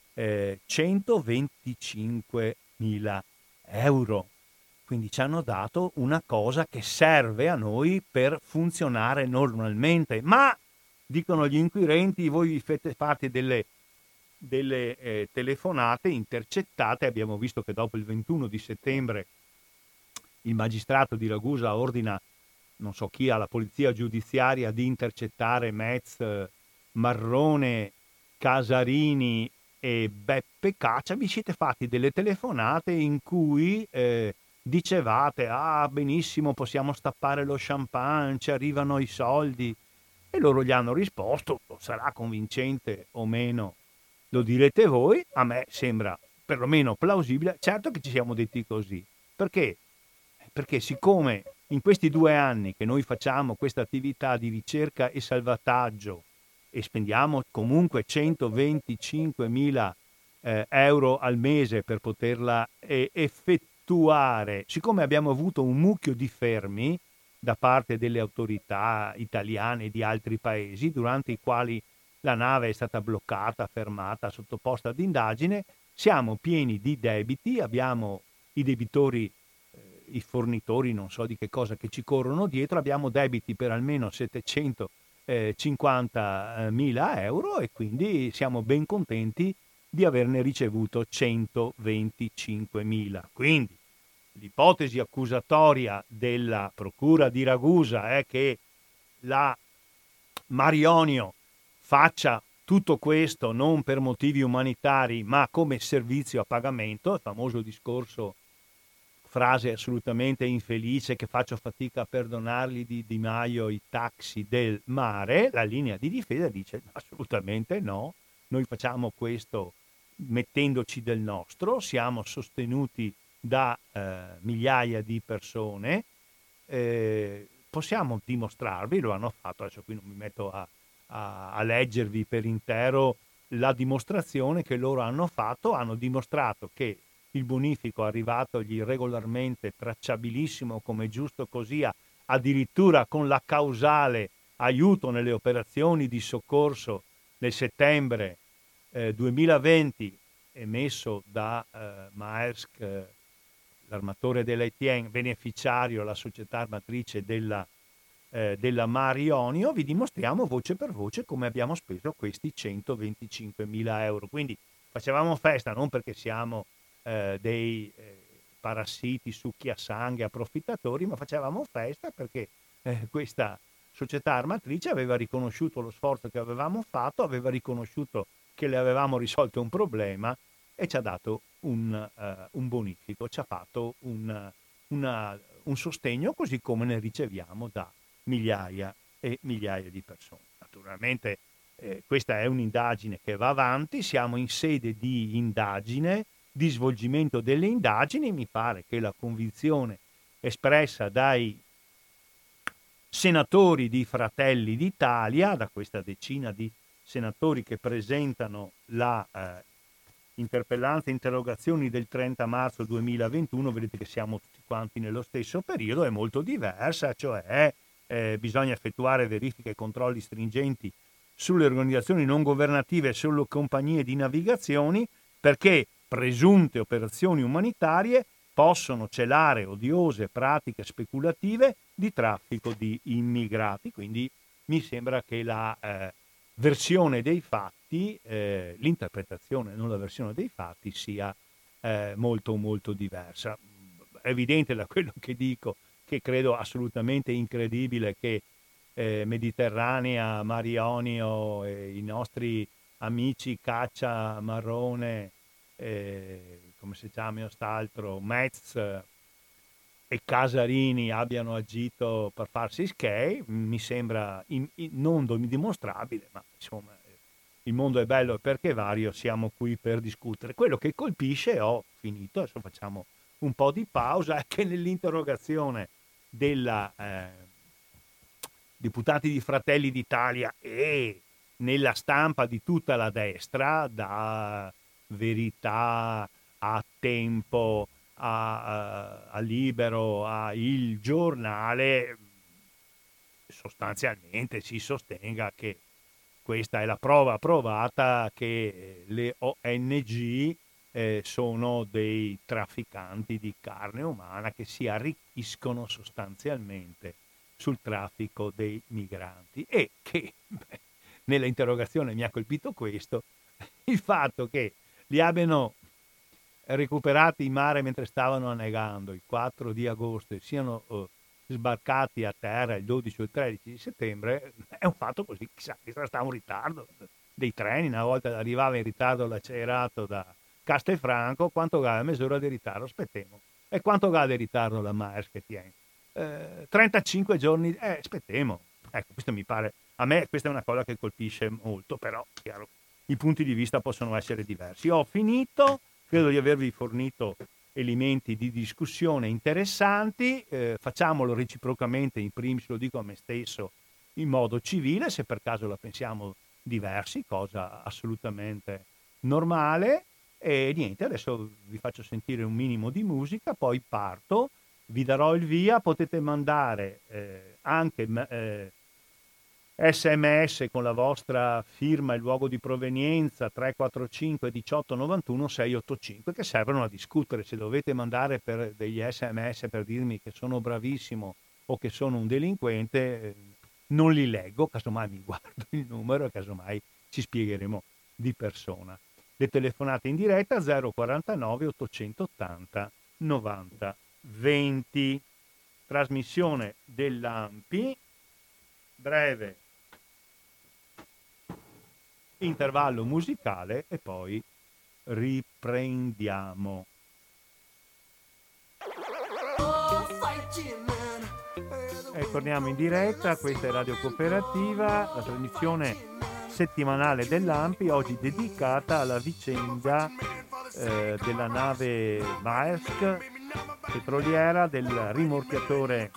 125.000 euro. Quindi ci hanno dato una cosa che serve a noi per funzionare normalmente. Ma, dicono gli inquirenti, voi vi fate delle telefonate intercettate. Abbiamo visto che dopo il 21 di settembre il magistrato di Ragusa ordina, non so chi, alla polizia giudiziaria di intercettare Metz, Marrone, Casarini e Beppe Caccia. Vi siete fatti delle telefonate in cui dicevate benissimo, possiamo stappare lo champagne, ci arrivano i soldi, e loro gli hanno risposto, sarà convincente o meno lo direte voi, a me sembra perlomeno plausibile. Certo che ci siamo detti così, perché siccome in questi 2 anni che noi facciamo questa attività di ricerca e salvataggio e spendiamo comunque 125.000 euro al mese per poterla effettuare, siccome abbiamo avuto un mucchio di fermi da parte delle autorità italiane e di altri paesi, durante i quali la nave è stata bloccata, fermata, sottoposta ad indagine, siamo pieni di debiti, abbiamo i debitori, i fornitori, non so di che cosa, che ci corrono dietro, abbiamo debiti per almeno 750.000 euro e quindi siamo ben contenti di averne ricevuto 125.000. Quindi l'ipotesi accusatoria della procura di Ragusa è che la Mar Ionio faccia tutto questo non per motivi umanitari ma come servizio a pagamento, il famoso discorso, frase assolutamente infelice che faccio fatica a perdonargli di Di Maio, i taxi del mare. La linea di difesa dice assolutamente no, noi facciamo questo mettendoci del nostro, siamo sostenuti da migliaia di persone, possiamo dimostrarvi, lo hanno fatto, adesso qui non mi metto a leggervi per intero la dimostrazione che loro hanno fatto, hanno dimostrato che il bonifico è arrivatogli regolarmente, tracciabilissimo come giusto così, addirittura con la causale aiuto nelle operazioni di soccorso nel settembre 2020 emesso da Maersk, l'armatore dell'Etienne, beneficiario, la società armatrice della Mar Ionio. Vi dimostriamo voce per voce come abbiamo speso questi 125.000 euro. Quindi facevamo festa non perché siamo dei parassiti, succhiasangue, approfittatori, ma facevamo festa perché questa società armatrice aveva riconosciuto lo sforzo che avevamo fatto, aveva riconosciuto che le avevamo risolto un problema e ci ha dato un bonifico, ci ha fatto un sostegno, così come ne riceviamo da migliaia e migliaia di persone. Naturalmente questa è un'indagine che va avanti, siamo in sede di indagine, di svolgimento delle indagini. Mi pare che la convinzione espressa dai senatori di Fratelli d'Italia, da questa decina di senatori che presentano la interpellanza e interrogazioni del 30 marzo 2021, vedete che siamo tutti quanti nello stesso periodo, è molto diversa, cioè bisogna effettuare verifiche e controlli stringenti sulle organizzazioni non governative e sulle compagnie di navigazioni, perché presunte operazioni umanitarie possono celare odiose pratiche speculative di traffico di immigrati. Quindi mi sembra che la versione dei fatti, l'interpretazione, non la versione dei fatti, sia molto molto diversa. È evidente da quello che dico, che credo assolutamente incredibile, che Mediterranea, Mar Ionio, i nostri amici Caccia, Marrone, come si chiama quest'altro, Metz e Casarini abbiano agito per farsi schei, mi sembra non dimostrabile, ma insomma il mondo è bello perché vario, siamo qui per discutere. Quello che colpisce, ho finito, adesso facciamo un po' di pausa, è che nell'interrogazione della deputati di Fratelli d'Italia e nella stampa di tutta la destra, da Verità a Tempo a Libero a Il Giornale, sostanzialmente si sostenga che questa è la prova provata che le ONG sono dei trafficanti di carne umana che si arricchiscono sostanzialmente sul traffico dei migranti, e che nella interrogazione mi ha colpito questo, il fatto che li abbiano recuperati in mare mentre stavano annegando il 4 di agosto e siano sbarcati a terra il 12 o il 13 di settembre è un fatto così, chissà, sta un ritardo dei treni, una volta arrivava in ritardo l'accelerato da Castelfranco, quanto ha mezz'ora di ritardo, aspettiamo, e quanto ha di ritardo la Maersk che tiene? 35 giorni, aspettiamo, ecco, questo mi pare, a me questa è una cosa che colpisce molto, però chiaro, i punti di vista possono essere diversi. Ho finito, credo di avervi fornito elementi di discussione interessanti, facciamolo reciprocamente, in primis lo dico a me stesso, in modo civile, se per caso la pensiamo diversi, cosa assolutamente normale, e niente, adesso vi faccio sentire un minimo di musica, poi parto, vi darò il via, potete mandare anche SMS con la vostra firma e luogo di provenienza 345 18 91 685 che servono a discutere. Se dovete mandare per degli SMS per dirmi che sono bravissimo o che sono un delinquente, non li leggo, casomai mi guardo il numero e casomai ci spiegheremo di persona. Le telefonate in diretta 049 880 90 20. Trasmissione dell'ANPI, breve intervallo musicale e poi riprendiamo. E torniamo in diretta, questa è Radio Cooperativa, la trasmissione settimanale dell'ANPI, oggi dedicata alla vicenda della nave Maersk petroliera, del rimorchiatore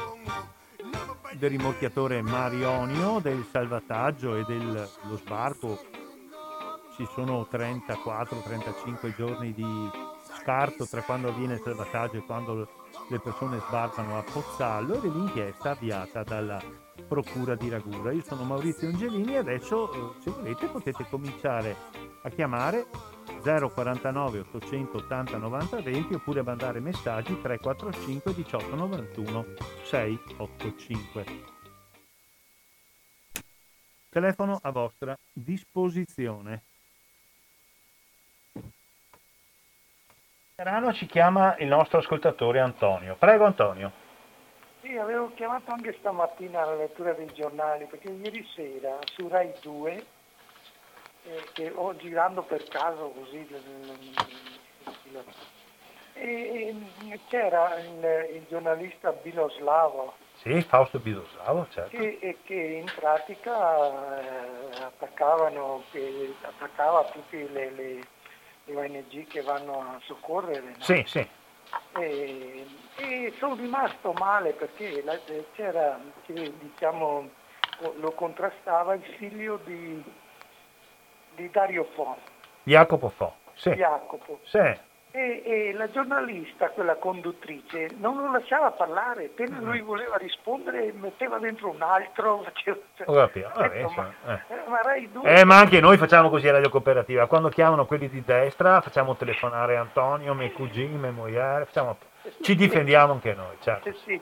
Mar Ionio, del salvataggio e dello sbarco. Ci sono 34-35 giorni di scarto tra quando avviene il salvataggio e quando le persone sbarcano a Pozzallo, e dell'inchiesta avviata dalla Procura di Ragusa. Io sono Maurizio Angelini e adesso, se volete, potete cominciare a chiamare 049 880 90 20 oppure mandare messaggi 345 18 91 685. Telefono a vostra disposizione. Serano ci chiama il nostro ascoltatore Antonio. Prego Antonio. Sì, avevo chiamato anche stamattina alla lettura dei giornali, perché ieri sera su Rai 2, che ho girando per caso così, c'era il giornalista Biloslavo. Sì, Fausto Biloslavo, certo. Che in pratica attaccava tutte le ONG che vanno a soccorrere. No? Sì, sì. e sono rimasto male perché c'era, diciamo, lo contrastava il figlio di Dario Fo, Jacopo Fo, sì, Jacopo. sì. E la giornalista, quella conduttrice, non lo lasciava parlare, appena lui voleva rispondere metteva dentro un altro, Ho capito, vabbè, detto, insomma, ma Rai 2... ma anche noi facciamo così a Radio Cooperativa, quando chiamano quelli di destra facciamo telefonare Antonio, miei cugini, mia moglie, ci difendiamo anche noi, certo. Sì.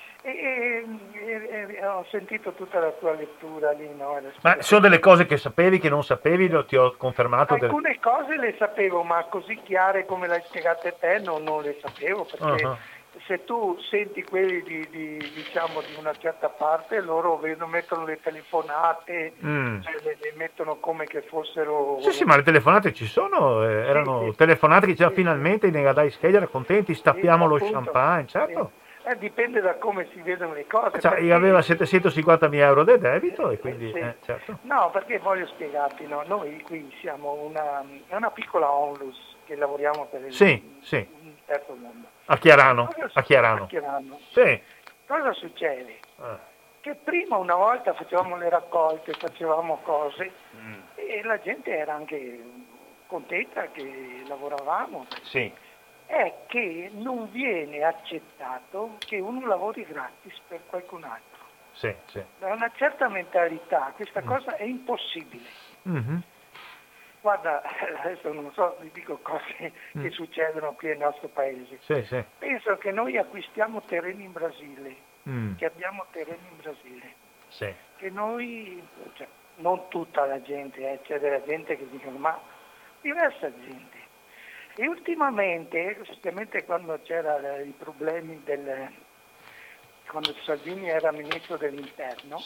E ho sentito tutta la tua lettura lì, no? Ma sono delle cose che sapevi, che non sapevi, ti ho confermato. Alcune cose le sapevo, ma così chiare come le hai spiegate te non le sapevo, perché se tu senti quelli diciamo, di una certa parte, loro mettono le telefonate, cioè le mettono come che fossero... Sì, ma le telefonate ci sono, erano telefonate che dicevano finalmente i Negadai Scheglia contenti, stappiamo lo champagne, certo. Dipende da come si vedono le cose. Cioè, perché... aveva 750.000 euro di debito e quindi certo. No, perché voglio spiegarti, no? Noi qui siamo una piccola onlus che lavoriamo per il terzo mondo. A Chiarano. Sì. Cosa succede? Che prima una volta facevamo le raccolte, facevamo cose e la gente era anche contenta che lavoravamo. Sì. È che non viene accettato che uno lavori gratis per qualcun altro. Sì. Da una certa mentalità questa cosa è impossibile. Guarda, adesso non so, vi dico cose che succedono qui nel nostro paese. Sì. Penso che noi acquistiamo terreni in Brasile, che abbiamo terreni in Brasile, che noi, cioè, non tutta la gente, c'è della gente che dicono, ma diversa gente. E ultimamente, specialmente quando c'erano i problemi quando Salvini era ministro dell'interno,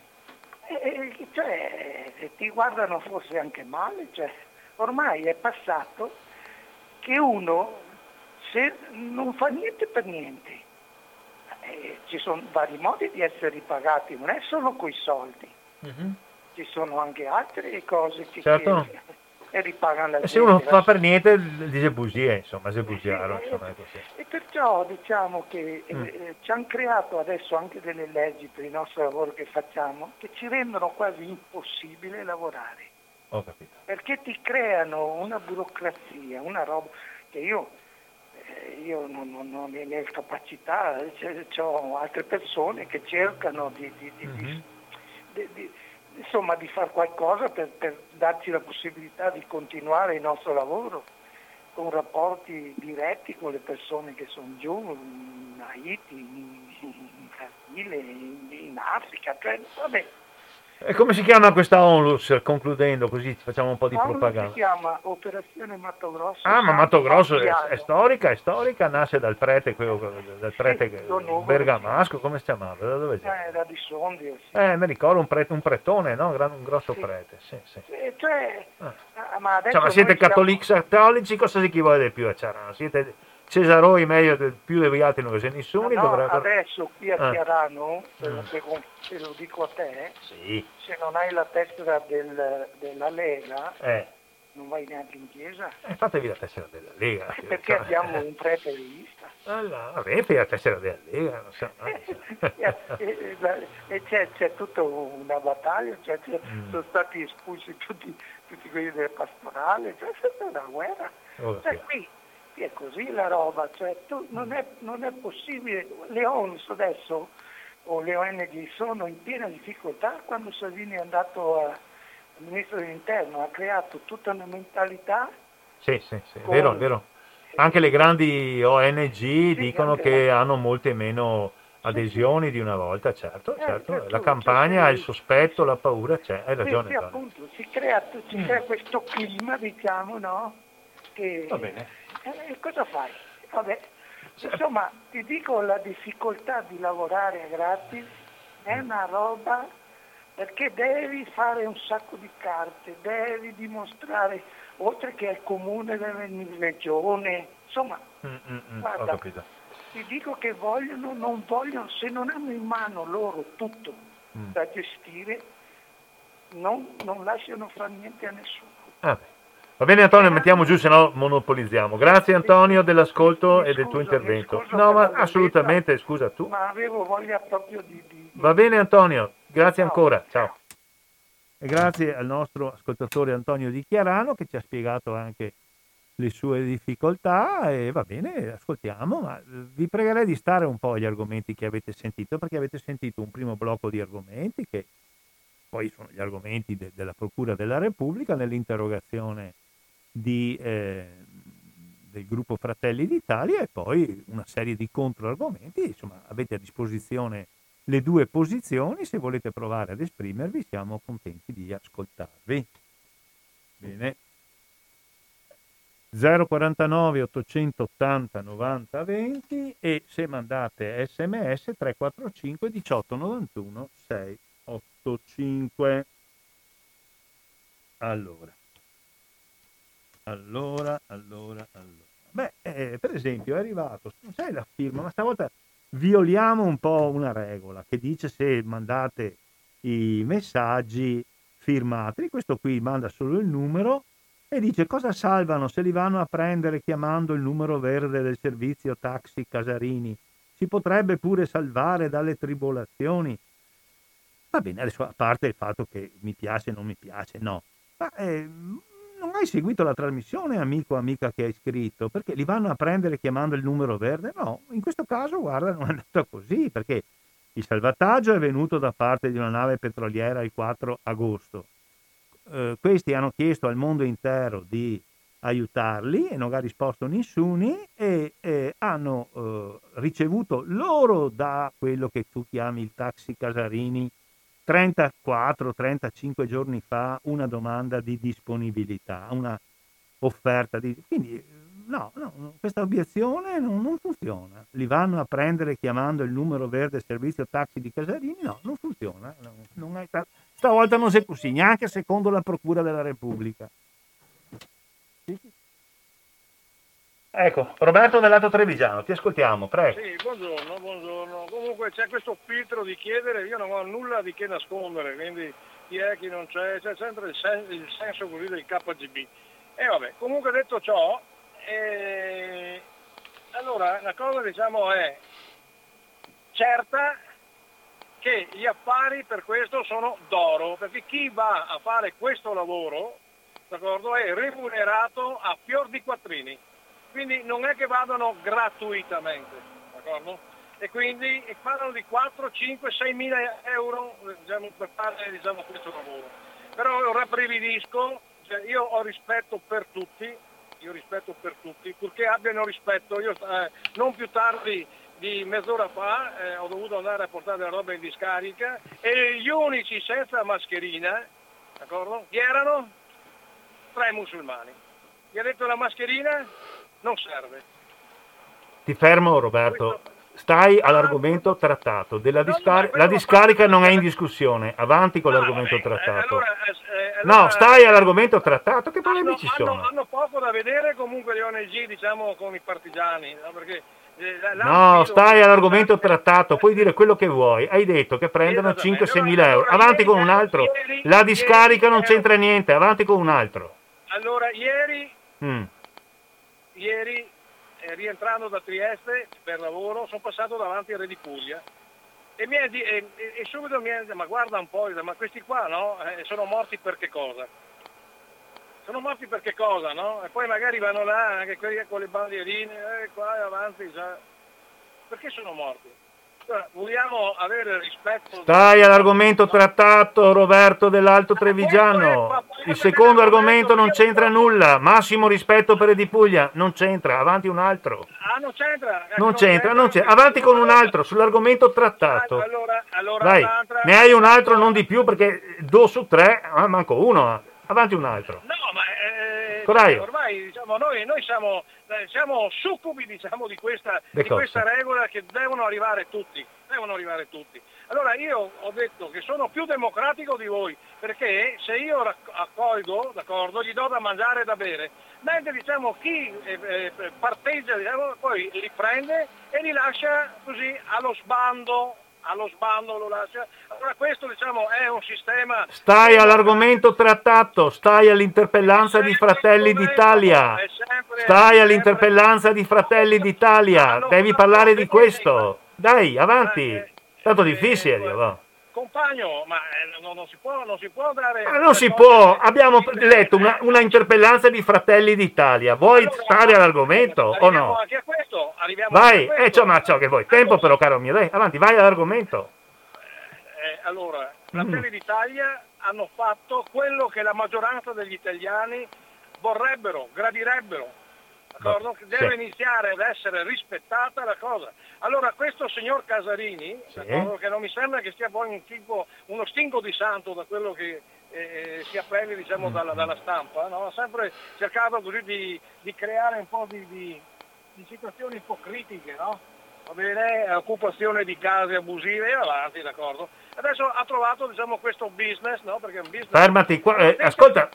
cioè, ti guardano forse anche male, cioè, ormai è passato che uno se non fa niente per niente, ci sono vari modi di essere ripagati, non è solo coi soldi, ci sono anche altre cose che e ripagano la gente. Se uno non fa per niente dice bugie, insomma, se bugiaro, insomma, è così. E perciò diciamo che ci hanno creato adesso anche delle leggi per il nostro lavoro che facciamo che ci rendono quasi impossibile lavorare. Ho capito. Perché ti creano una burocrazia, una roba che io non ho le capacità, ho altre persone che cercano insomma di fare qualcosa per darci la possibilità di continuare il nostro lavoro con rapporti diretti con le persone che sono giù in Haiti, in Brasile, in Africa, cioè vabbè. E come si chiama questa onlus, concludendo, così facciamo un po' di propaganda? Si chiama Operazione Mato Grosso. Ma Mato Grosso è storica, nasce dal prete bergamasco, come si chiamava? Da dove era di Sondrio. Mi ricordo un pretone, no? Un grosso prete, sì. Ma adesso ma siete cattolici, cosa si vuole di più a Ciarano? Siete Cesaroi meglio più degli altri, non c'è nessuno. Adesso qui a Chiarano, se lo dico a te, se non hai la tessera della Lega, non vai neanche in chiesa. Fatevi la tessera della Lega. Perché abbiamo un prete leghista. Avete la tessera della Lega, non so. E c'è tutta una battaglia, sono stati espulsi tutti quelli del pastorale, c'è stata una guerra. Qui è così la roba, non è possibile. Le ONLUS adesso, o le ONG, sono in piena difficoltà. Quando Salvini è andato al ministro dell'interno ha creato tutta una mentalità. Sì, vero. Anche le grandi ONG dicono che hanno molte meno adesioni di una volta, certo. La campagna, il sospetto, la paura c'è, hai ragione. Sì, appunto, si crea questo clima, diciamo, no? Che... Va bene. Cosa fai? Vabbè, insomma, ti dico, la difficoltà di lavorare a gratis è una roba, perché devi fare un sacco di carte, devi dimostrare, oltre che al comune, in regione, insomma, guarda, ho capito. Ti dico che non vogliono, se non hanno in mano loro tutto da gestire, non lasciano fare niente a nessuno. Va bene Antonio, mettiamo giù, se no monopolizziamo. Grazie Antonio dell'ascolto e del tuo intervento. No, ma assolutamente, scusa tu. Ma avevo voglia proprio Va bene Antonio, grazie ancora, ciao. E grazie al nostro ascoltatore Antonio Di Chiarano che ci ha spiegato anche le sue difficoltà e va bene, ascoltiamo, ma vi pregherei di stare un po' agli argomenti che avete sentito, perché avete sentito un primo blocco di argomenti che poi sono gli argomenti della Procura della Repubblica nell'interrogazione del gruppo Fratelli d'Italia e poi una serie di controargomenti. Insomma, avete a disposizione le due posizioni, se volete provare ad esprimervi siamo contenti di ascoltarvi. Bene. 049 880 90 20 e se mandate sms 345 18 91 685. Allora. Beh, per esempio è arrivato, non sai la firma, ma stavolta violiamo un po' una regola che dice se mandate i messaggi firmati, questo qui manda solo il numero e dice cosa salvano se li vanno a prendere chiamando il numero verde del servizio taxi Casarini. Si potrebbe pure salvare dalle tribolazioni. Va bene, adesso a parte il fatto che mi piace o non mi piace, no. Ma non hai seguito la trasmissione, amico o amica che hai scritto? Perché li vanno a prendere chiamando il numero verde? No, in questo caso, guarda, non è andato così, perché il salvataggio è venuto da parte di una nave petroliera il 4 agosto. Questi hanno chiesto al mondo intero di aiutarli e non ha risposto nessuno e hanno ricevuto loro da quello che tu chiami il taxi Casarini 34-35 giorni fa una domanda di disponibilità, una offerta di... Quindi no, questa obiezione non funziona. Li vanno a prendere chiamando il numero verde servizio taxi di Casarini? No, non funziona. Stavolta non si è così, neanche secondo la Procura della Repubblica. Ecco, Roberto dell'Alto Trevigiano, ti ascoltiamo, prego. Sì, buongiorno. Comunque c'è questo filtro di chiedere, io non ho nulla di che nascondere, quindi chi è, chi non c'è sempre il senso così del KGB. E vabbè, comunque detto ciò, allora la cosa diciamo è certa che gli affari per questo sono d'oro, perché chi va a fare questo lavoro, d'accordo, è remunerato a fior di quattrini. Quindi non è che vadano gratuitamente, d'accordo? E quindi parlano di 4, 5, 6 mila euro diciamo, per fare questo lavoro. Però io rabbrividisco, cioè, io ho rispetto per tutti, purché abbiano rispetto. Io non più tardi di mezz'ora fa ho dovuto andare a portare la roba in discarica e gli unici senza mascherina, d'accordo? Chi erano? 3 musulmani. Gli ha detto la mascherina? Non serve. Ti fermo Roberto, stai all'argomento trattato, la discarica non è in discussione, avanti con l'argomento trattato. No, stai all'argomento trattato, che problemi ci sono? Hanno poco da vedere comunque le ONG diciamo con i partigiani, no? Perché no, stai all'argomento trattato, puoi dire quello che vuoi, hai detto che prendono 5-6 mila euro, avanti con un altro, la discarica non c'entra niente, avanti con un altro. Allora, ieri rientrando da Trieste per lavoro sono passato davanti a Re di Puglia e subito mi ha detto ma guarda un po', ma questi qua no? Sono morti per che cosa? Sono morti per che cosa, no? E poi magari vanno là anche quelli con le bandierine qua avanti già. Perché sono morti? Vogliamo avere rispetto. Stai all'argomento trattato, Roberto dell'Alto Trevigiano. Il secondo argomento non c'entra nulla. Massimo rispetto per Re di Puglia. Non c'entra, avanti un altro. Non c'entra. Non c'entra. Avanti con un altro sull'argomento trattato. Allora vai, ne hai un altro, non di più, perché 2 su 3, manco uno. Avanti un altro. No, ma ormai diciamo, noi siamo succubi diciamo, di questa regola che devono arrivare tutti. Allora io ho detto che sono più democratico di voi, perché se io accolgo, d'accordo, gli do da mangiare e da bere, mentre diciamo chi parteggia diciamo, poi li prende e li lascia così allo sbando allo sbando lo lascia. Allora questo diciamo è un sistema... Stai all'argomento trattato, stai all'interpellanza di Fratelli d'Italia. Stai all'interpellanza di Fratelli d'Italia, devi parlare di questo. Dai, avanti. È stato difficile, Dio. Compagno, ma non si può dare... non si può, abbiamo letto una interpellanza di Fratelli d'Italia. Vuoi stare all'argomento o no? Anche a questo, vai, ma ciò che vuoi. Tempo però, caro mio, dai, avanti, vai all'argomento. Allora, Fratelli d'Italia hanno fatto quello che la maggioranza degli italiani vorrebbero, gradirebbero. D'accordo? Deve iniziare ad essere rispettata la cosa. Allora questo signor Casarini, che non mi sembra che sia poi uno stinco di santo da quello che si apprende diciamo dalla stampa, no? Ha sempre cercato così di creare un po' di situazioni ipocritiche, no? Va bene, occupazione di case abusive e avanti, d'accordo? Adesso ha trovato diciamo questo business, no? Perché è un business. Fermati qua, ascolta,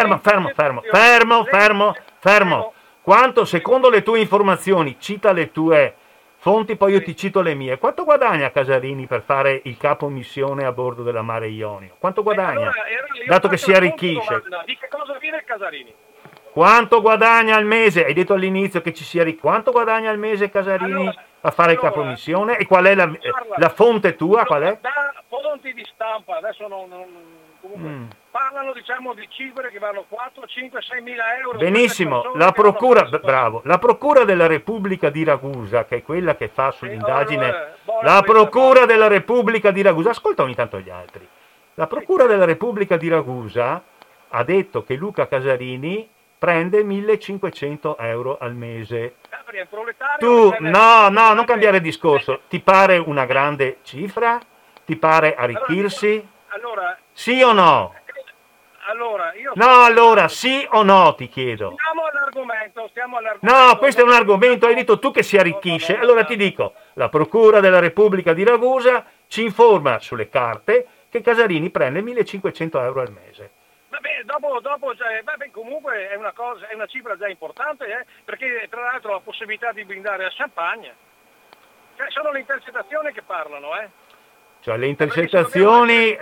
fermo. Quanto, secondo le tue informazioni, cita le tue fonti, poi io ti cito le mie. Quanto guadagna Casarini per fare il capo missione a bordo della Mare Ionio? Quanto guadagna? Allora, dato che si arricchisce. Di che cosa vive Casarini? Quanto guadagna al mese? Hai detto all'inizio che ci si arricchisce. Quanto guadagna al mese Casarini a fare il capo missione? E qual è la fonte tua? Qual è? Da fonti di stampa, adesso comunque parlano diciamo di cifre che vanno 4, 5, 6 mila euro. Benissimo, la procura, bravo, la procura della Repubblica di Ragusa, che è quella che fa sull'indagine, la procura della Repubblica di Ragusa, ascolta ogni tanto gli altri, la procura della Repubblica di Ragusa ha detto che Luca Casarini prende 1.500 euro al mese. Tu, no, non cambiare discorso, ti pare una grande cifra? Ti pare arricchirsi? Allora, sì o no? Allora, sì o no, ti chiedo. Stiamo all'argomento. No, questo è un argomento, hai detto tu che si arricchisce. Allora ti dico, la Procura della Repubblica di Ragusa ci informa sulle carte che Casarini prende 1.500 euro al mese. Vabbè, dopo comunque è una cifra già importante, perché tra l'altro la possibilità di brindare a champagne. Cioè, sono le intercettazioni che parlano, Cioè le intercettazioni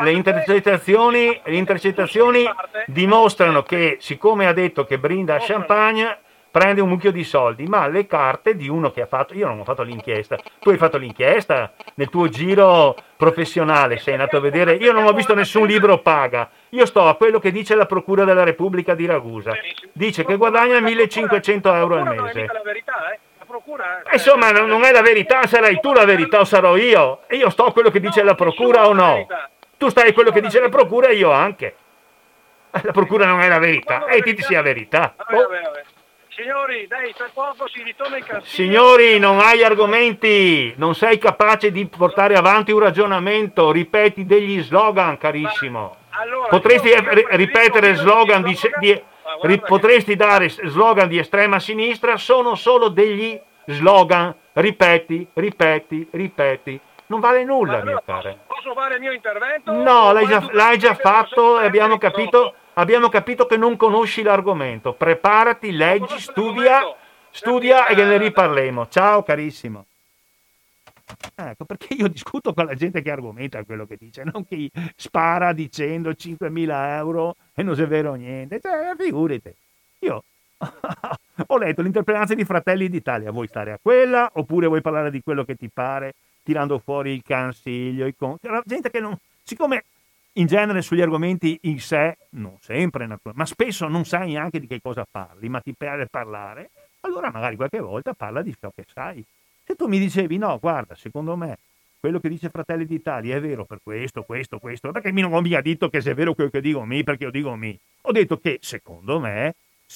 dimostrano che, siccome ha detto che brinda a champagne, prende un mucchio di soldi, ma le carte di uno che ha fatto, io non ho fatto l'inchiesta, tu hai fatto l'inchiesta nel tuo giro professionale, sei andato a vedere, io non ho visto nessun libro paga, io sto a quello che dice la Procura della Repubblica di Ragusa, dice che guadagna 1.500 euro al mese. Insomma, non è la verità, sarai tu la verità o sarò io? E io sto a quello che dice la procura o no? Tu stai a quello che dice la procura e io anche. La procura non è la verità, e ti sia verità. Signori, dai, tra poco si ritorna in cantina. Signori, non hai argomenti, non sei capace di portare avanti un ragionamento, ripeti degli slogan, carissimo. Potresti ripetere slogan potresti dare slogan di estrema sinistra, sono solo degli slogan, ripeti, non vale nulla, mio caro. Posso fare il mio intervento? No, l'hai già fatto e abbiamo capito che non conosci l'argomento. Preparati, leggi, studia e ne riparleremo. Ciao carissimo. Ecco, perché io discuto con la gente che argomenta quello che dice, non chi spara dicendo 5.000 euro e non è vero niente. Cioè, figurati. Io ho letto l'interpellanza di Fratelli d'Italia. Vuoi stare a quella oppure vuoi parlare di quello che ti pare, tirando fuori il consiglio, la gente che non... Siccome in genere sugli argomenti in sé, non sempre, ma spesso non sai neanche di che cosa parli, ma ti piace parlare, allora magari qualche volta parla di ciò che sai. Se tu mi dicevi, no, guarda, secondo me, quello che dice Fratelli d'Italia è vero per questo, perché mi non ho mica detto che se è vero quello che dico me, perché io dico me. Ho detto che, secondo me,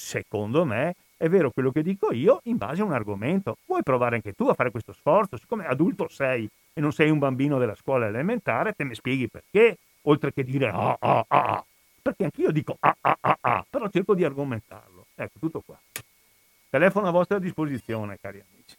è vero quello che dico io in base a un argomento. Vuoi provare anche tu a fare questo sforzo? Siccome adulto sei e non sei un bambino della scuola elementare, te mi spieghi perché, oltre che dire perché anch'io dico però cerco di argomentarlo. Ecco, tutto qua. Telefono a vostra disposizione, cari amici.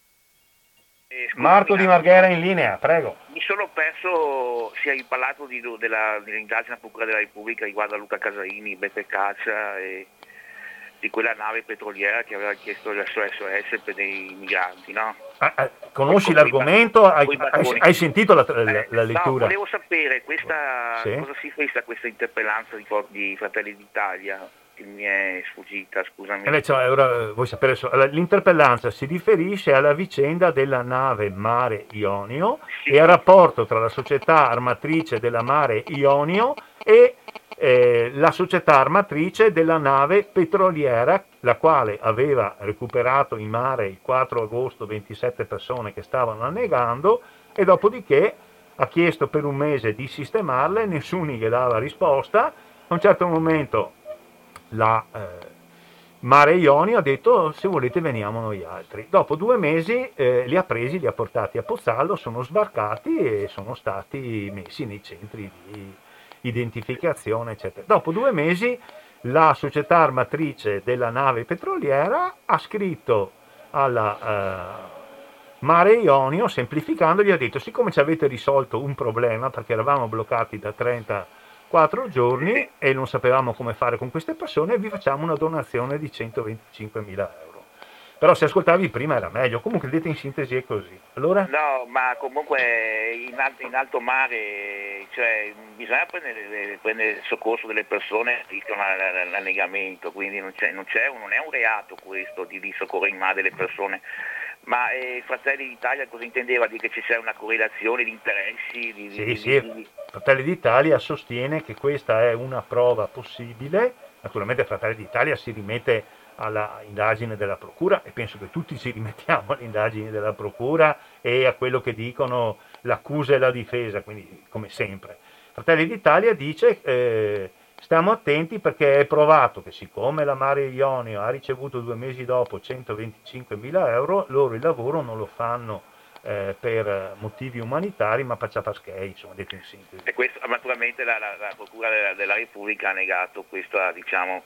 Marco di Marghera in linea, prego. Mi sono perso, si è parlato dell'indagine a Procura della Repubblica riguardo a Luca Casarini, Beppe Caccia e di quella nave petroliera che aveva chiesto la sua SOS per dei migranti, no? Conosci l'argomento? Hai sentito la lettura? No, volevo sapere cosa si questa interpellanza di Fratelli d'Italia che mi è sfuggita, scusami. Ora vuoi sapere l'interpellanza si riferisce alla vicenda della nave Mare Ionio e al rapporto tra la società armatrice della Mare Ionio e la società armatrice della nave petroliera, la quale aveva recuperato in mare il 4 agosto 27 persone che stavano annegando e dopodiché ha chiesto per un mese di sistemarle, nessuno gli dava risposta. A un certo momento la Mare Ionio ha detto: se volete veniamo noi altri. Dopo 2 mesi li ha presi, li ha portati a Pozzallo, sono sbarcati e sono stati messi nei centri di identificazione, eccetera. Dopo 2 mesi la società armatrice della nave petroliera ha scritto alla Mare Ionio, semplificando, gli ha detto: siccome ci avete risolto un problema, perché eravamo bloccati da 34 giorni e non sapevamo come fare con queste persone, vi facciamo una donazione di 125.000 euro. Però se ascoltavi prima era meglio. Comunque dite in sintesi è così. Allora? No, ma comunque in alto mare, cioè, bisogna prendere soccorso delle persone che rischiano l'annegamento, quindi non è un reato questo di soccorrere in mare delle persone. Ma Fratelli d'Italia cosa intendeva? Di che ci sia una correlazione di interessi? Sì. Fratelli d'Italia sostiene che questa è una prova possibile. Naturalmente Fratelli d'Italia si rimette alla indagine della procura e penso che tutti ci rimettiamo alle indagini della procura e a quello che dicono l'accusa e la difesa, quindi come sempre. Fratelli d'Italia dice stiamo attenti perché è provato che siccome la Mare Ionio ha ricevuto 2 mesi dopo 125.000 euro, loro il lavoro non lo fanno per motivi umanitari ma per ciapaschei, insomma, detto in sintesi. E questo naturalmente la Procura della Repubblica ha negato questa, diciamo,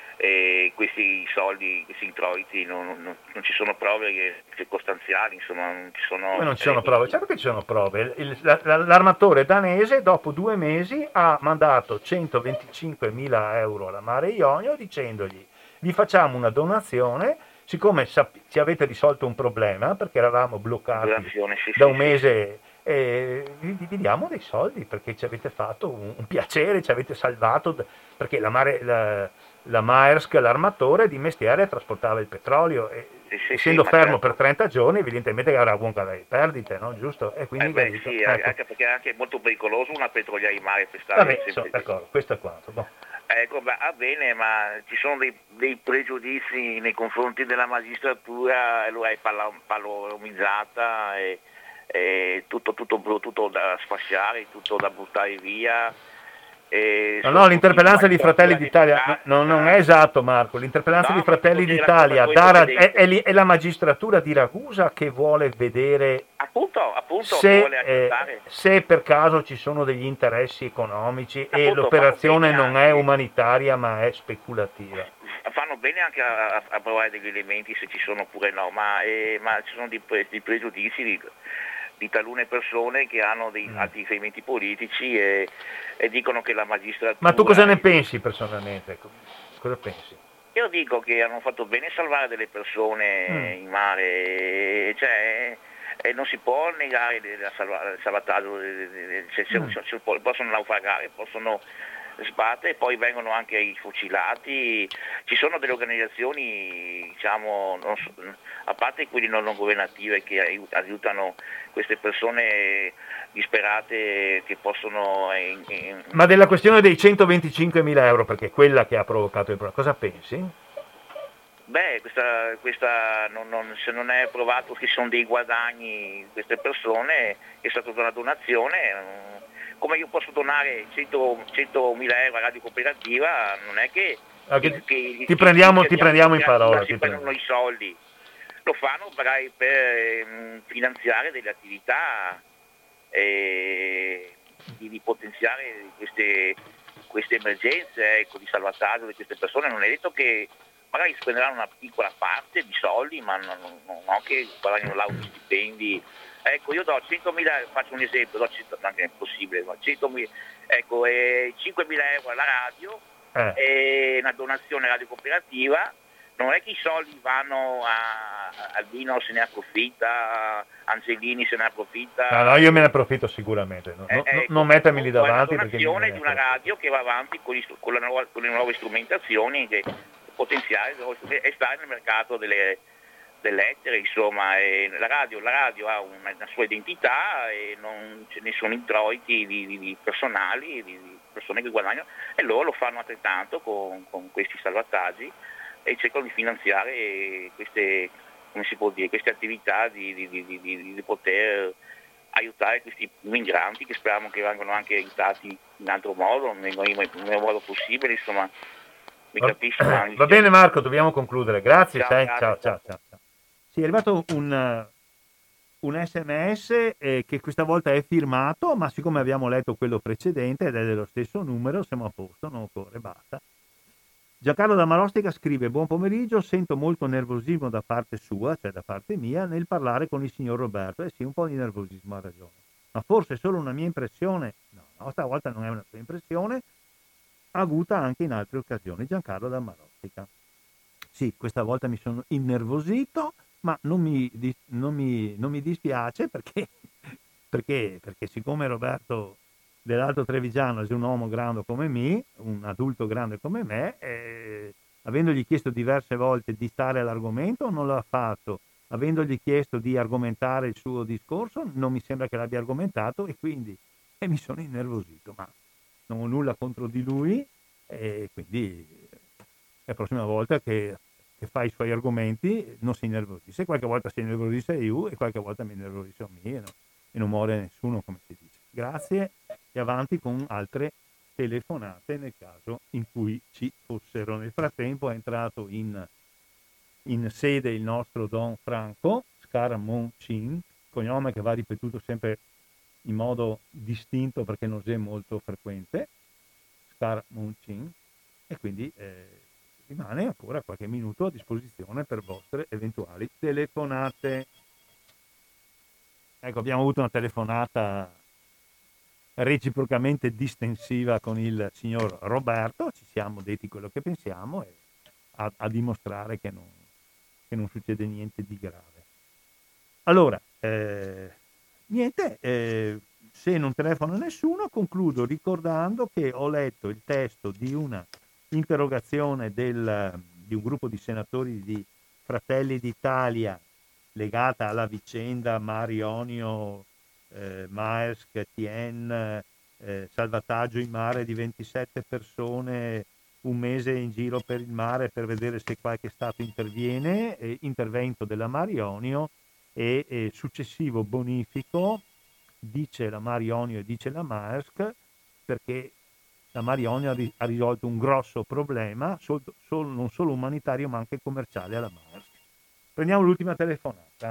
questi soldi, questi introiti, non ci sono prove circostanziali, insomma, non ci sono... Non ci sono prove, certo che ci sono prove. L'armatore danese dopo 2 mesi ha mandato 125.000 euro alla Mare Ionio dicendogli: vi facciamo una donazione, siccome ci avete risolto un problema perché eravamo bloccati da un mese, vi diamo dei soldi perché ci avete fatto un piacere, ci avete salvato, perché la Maersk, l'armatore di mestiere, trasportava il petrolio e essendo fermo per 30 giorni evidentemente avrà avuto delle perdite, no? Giusto? E quindi anche perché è anche molto pericoloso una petroliera in mare per stare d'accordo, questo è quanto. Ecco, va bene, ma ci sono dei pregiudizi nei confronti della magistratura, lo è palomizzata e tutto da sfasciare, tutto da buttare via. No, l'interpellanza di Fratelli d'Italia non è esatto, Marco. L'interpellanza di Fratelli d'Italia è la magistratura di Ragusa che vuole vedere appunto se per caso ci sono degli interessi economici e l'operazione non è umanitaria ma è speculativa. Fanno bene anche a provare degli elementi se ci sono oppure no, ma ci sono dei pregiudizi di talune persone che hanno dei altri riferimenti politici e dicono che la magistratura... Ma tu cosa ne pensi personalmente? Cosa pensi? Io dico che hanno fatto bene a salvare delle persone in mare, cioè non si può negare il salvataggio, possono naufragare, possono sbattere e poi vengono anche i fucilati. Ci sono delle organizzazioni, diciamo, a parte quelli non governative che aiutano queste persone disperate che possono... Ma della questione dei 125.000 euro, perché è quella che ha provocato il problema, cosa pensi? Beh, questa se non è provato che ci sono dei guadagni di queste persone, è stata una donazione. Come io posso donare 100.000 euro a Radio Cooperativa, non è che ti prendiamo in parola. Si prendono i soldi, lo fanno magari per finanziare delle attività di potenziare queste emergenze, ecco, di salvataggio di queste persone. Non è detto che magari spenderanno una piccola parte di soldi, ma non che guadagnano lauti stipendi. Ecco, io do 100.000, faccio un esempio, anche è possibile, 100.000, ecco, 5.000 euro alla radio, e una donazione alla Radio Cooperativa, non è che i soldi vanno Albino se ne approfitta, Angelini se ne approfitta. No, io me ne approfitto sicuramente, non mettermi lì davanti. È una donazione di una radio che va avanti con le nuove strumentazioni, che potenziale e stare nel mercato delle lettere, insomma, e la radio ha una sua identità e non ce ne sono introiti di personali, di persone che guadagnano, e loro lo fanno altrettanto con questi salvataggi e cercano di finanziare queste, come si può dire, queste attività di poter aiutare questi migranti, che speriamo che vengano anche aiutati in altro modo, nel modo possibile, insomma. Mi capisci? Va bene Marco, dobbiamo concludere. Grazie. Ciao. Sì, è arrivato un SMS che questa volta è firmato, ma siccome abbiamo letto quello precedente ed è dello stesso numero, siamo a posto, non occorre, basta. Giancarlo da Marostica scrive: buon pomeriggio, sento molto nervosismo da parte sua, cioè da parte mia, nel parlare con il signor Roberto. Sì, un po' di nervosismo, ha ragione. Ma forse è solo una mia impressione? No, stavolta non è una sua impressione, avuta anche in altre occasioni. Giancarlo da Marostica. Sì, questa volta mi sono innervosito, ma non mi dispiace perché siccome Roberto dell'Alto Trevigiano è un uomo grande come me, un adulto grande come me, avendogli chiesto diverse volte di stare all'argomento non l'ha fatto, avendogli chiesto di argomentare il suo discorso non mi sembra che l'abbia argomentato e quindi mi sono innervosito, ma non ho nulla contro di lui e quindi la prossima volta che fa i suoi argomenti non si innervosisce. Qualche volta si innervosisce io e qualche volta mi innervosisce me e non muore nessuno, come si dice. Grazie e avanti con altre telefonate nel caso in cui ci fossero. Nel frattempo è entrato in sede il nostro Don Franco Scarmoncin, cognome che va ripetuto sempre in modo distinto perché non è molto frequente, Scarmoncin, e quindi rimane ancora qualche minuto a disposizione per vostre eventuali telefonate. Ecco, abbiamo avuto una telefonata reciprocamente distensiva con il signor Roberto, ci siamo detti quello che pensiamo e a dimostrare che non succede niente di grave. Allora, niente, se non telefona nessuno concludo ricordando che ho letto il testo di una interrogazione di un gruppo di senatori di Fratelli d'Italia legata alla vicenda Marionio, Maersk, Tien, salvataggio in mare di 27 persone, un mese in giro per il mare per vedere se qualche stato interviene, intervento della Marionio e successivo bonifico, dice la Marionio e dice la Maersk, perché la Marionio ha risolto un grosso problema, non solo umanitario ma anche commerciale alla Maersk. Prendiamo l'ultima telefonata.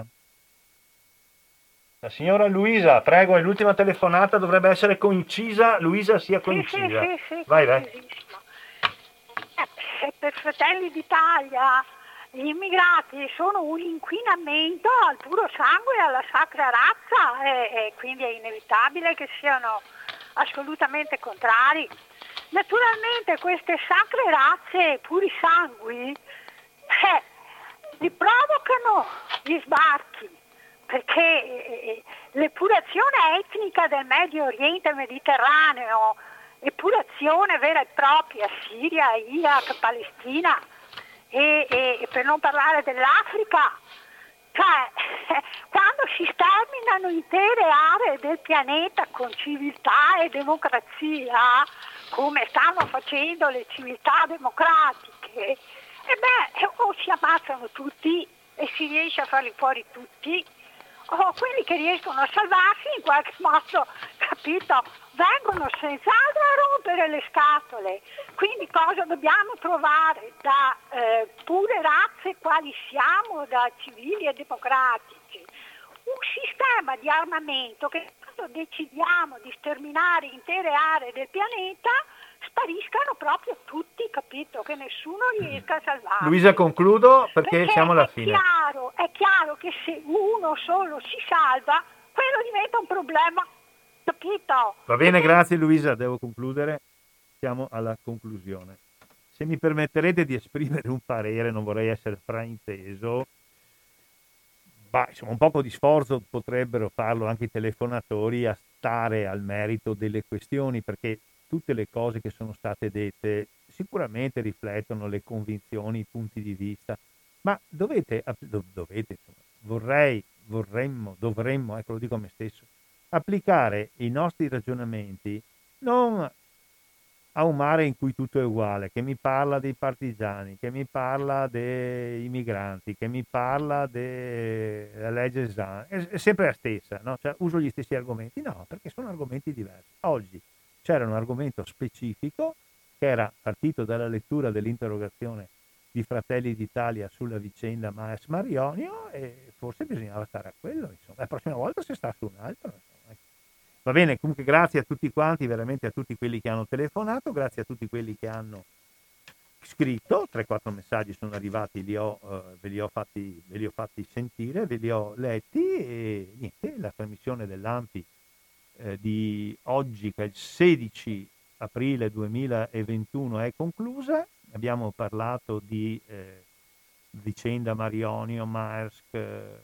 La signora Luisa, prego, è l'ultima telefonata, dovrebbe essere concisa. Luisa, sia concisa. Sì, vai. Se per Fratelli d'Italia gli immigrati sono un inquinamento al puro sangue e alla sacra razza e quindi è inevitabile che siano assolutamente contrari. Naturalmente queste sacre razze e puri sangui li provocano gli sbarchi, perché l'epurazione etnica del Medio Oriente Mediterraneo, epurazione vera e propria, Siria, Iraq, Palestina e per non parlare dell'Africa, cioè quando si sterminano intere aree del pianeta con civiltà e democrazia, come stanno facendo le civiltà democratiche, o si ammazzano tutti e si riesce a farli fuori tutti, o quelli che riescono a salvarsi in qualche modo, capito, vengono senz'altro a rompere le scatole. Quindi cosa dobbiamo trovare da pure razze quali siamo, da civili e democratici? Un sistema di armamento che quando decidiamo di sterminare intere aree del pianeta spariscano proprio tutti, capito? Che nessuno riesca a salvarsi. Luisa, concludo perché siamo alla fine. È chiaro che se uno solo si salva, quello diventa un problema, capito? Va bene, grazie Luisa, devo concludere. Siamo alla conclusione. se mi permetterete di esprimere un parere, non vorrei essere frainteso, insomma un poco di sforzo potrebbero farlo anche i telefonatori a stare al merito delle questioni, perché tutte le cose che sono state dette sicuramente riflettono le convinzioni, i punti di vista, ma dovremmo, ecco lo dico a me stesso, applicare i nostri ragionamenti non a un mare in cui tutto è uguale, che mi parla dei partigiani, che mi parla dei migranti, che mi parla della legge Zan, è sempre la stessa, no? Cioè, uso gli stessi argomenti? No, perché sono argomenti diversi. Oggi c'era un argomento specifico che era partito dalla lettura dell'interrogazione di Fratelli d'Italia sulla vicenda Maes Marionio e forse bisognava stare a quello, insomma. La prossima volta si sta su un altro, insomma. Va bene, comunque grazie a tutti quanti, veramente a tutti quelli che hanno telefonato, grazie a tutti quelli che hanno scritto, 3-4 messaggi sono arrivati, ve li ho fatti sentire, ve li ho letti e niente, la trasmissione dell'ANPI di oggi, che è il 16 aprile 2021, è conclusa. Abbiamo parlato di vicenda Marionio, Maersk,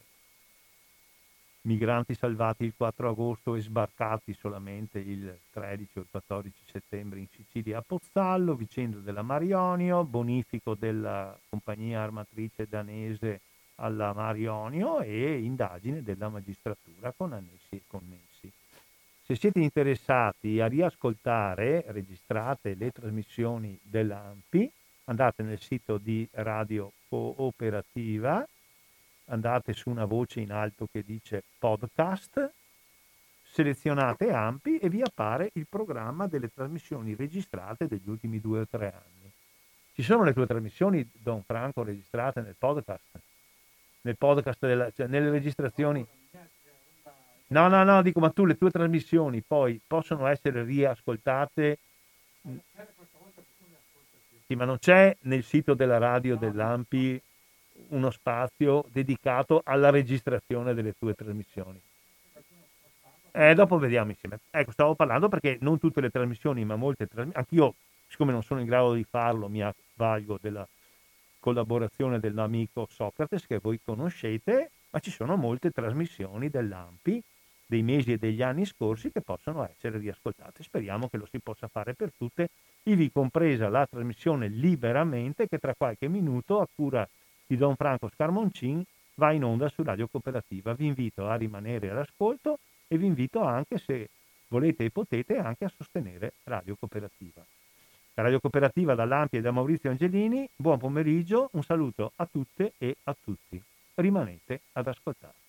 migranti salvati il 4 agosto e sbarcati solamente il 13 o il 14 settembre in Sicilia a Pozzallo, vicenda della Marionio, bonifico della compagnia armatrice danese alla Marionio e indagine della magistratura con annessi e connessi. Se siete interessati a riascoltare, registrate le trasmissioni dell'ANPI, andate nel sito di Radio Cooperativa, andate su una voce in alto che dice podcast, selezionate ANPI e vi appare il programma delle trasmissioni registrate degli ultimi 2 o 3 anni. Ci sono le tue trasmissioni, Don Franco, registrate nel podcast? Nel podcast, cioè nelle registrazioni? No, dico, ma tu le tue trasmissioni poi possono essere riascoltate? Sì, ma non c'è nel sito della radio dell'ANPI uno spazio dedicato alla registrazione delle tue trasmissioni? Dopo vediamo insieme. Ecco, stavo parlando perché non tutte le trasmissioni, ma molte trasmissioni, anch'io, siccome non sono in grado di farlo, mi avvalgo della collaborazione dell'amico Socrates, che voi conoscete, ma ci sono molte trasmissioni dell'ANPI dei mesi e degli anni scorsi che possono essere riascoltate. Speriamo che lo si possa fare per tutte, ivi compresa la trasmissione Liberamente, che tra qualche minuto, a cura di Don Franco Scarmoncin, va in onda su Radio Cooperativa. Vi invito a rimanere all'ascolto e vi invito anche, se volete e potete, anche a sostenere Radio Cooperativa. La Radio Cooperativa dall'ANPI e da Maurizio Angelini, buon pomeriggio, un saluto a tutte e a tutti. Rimanete ad ascoltare.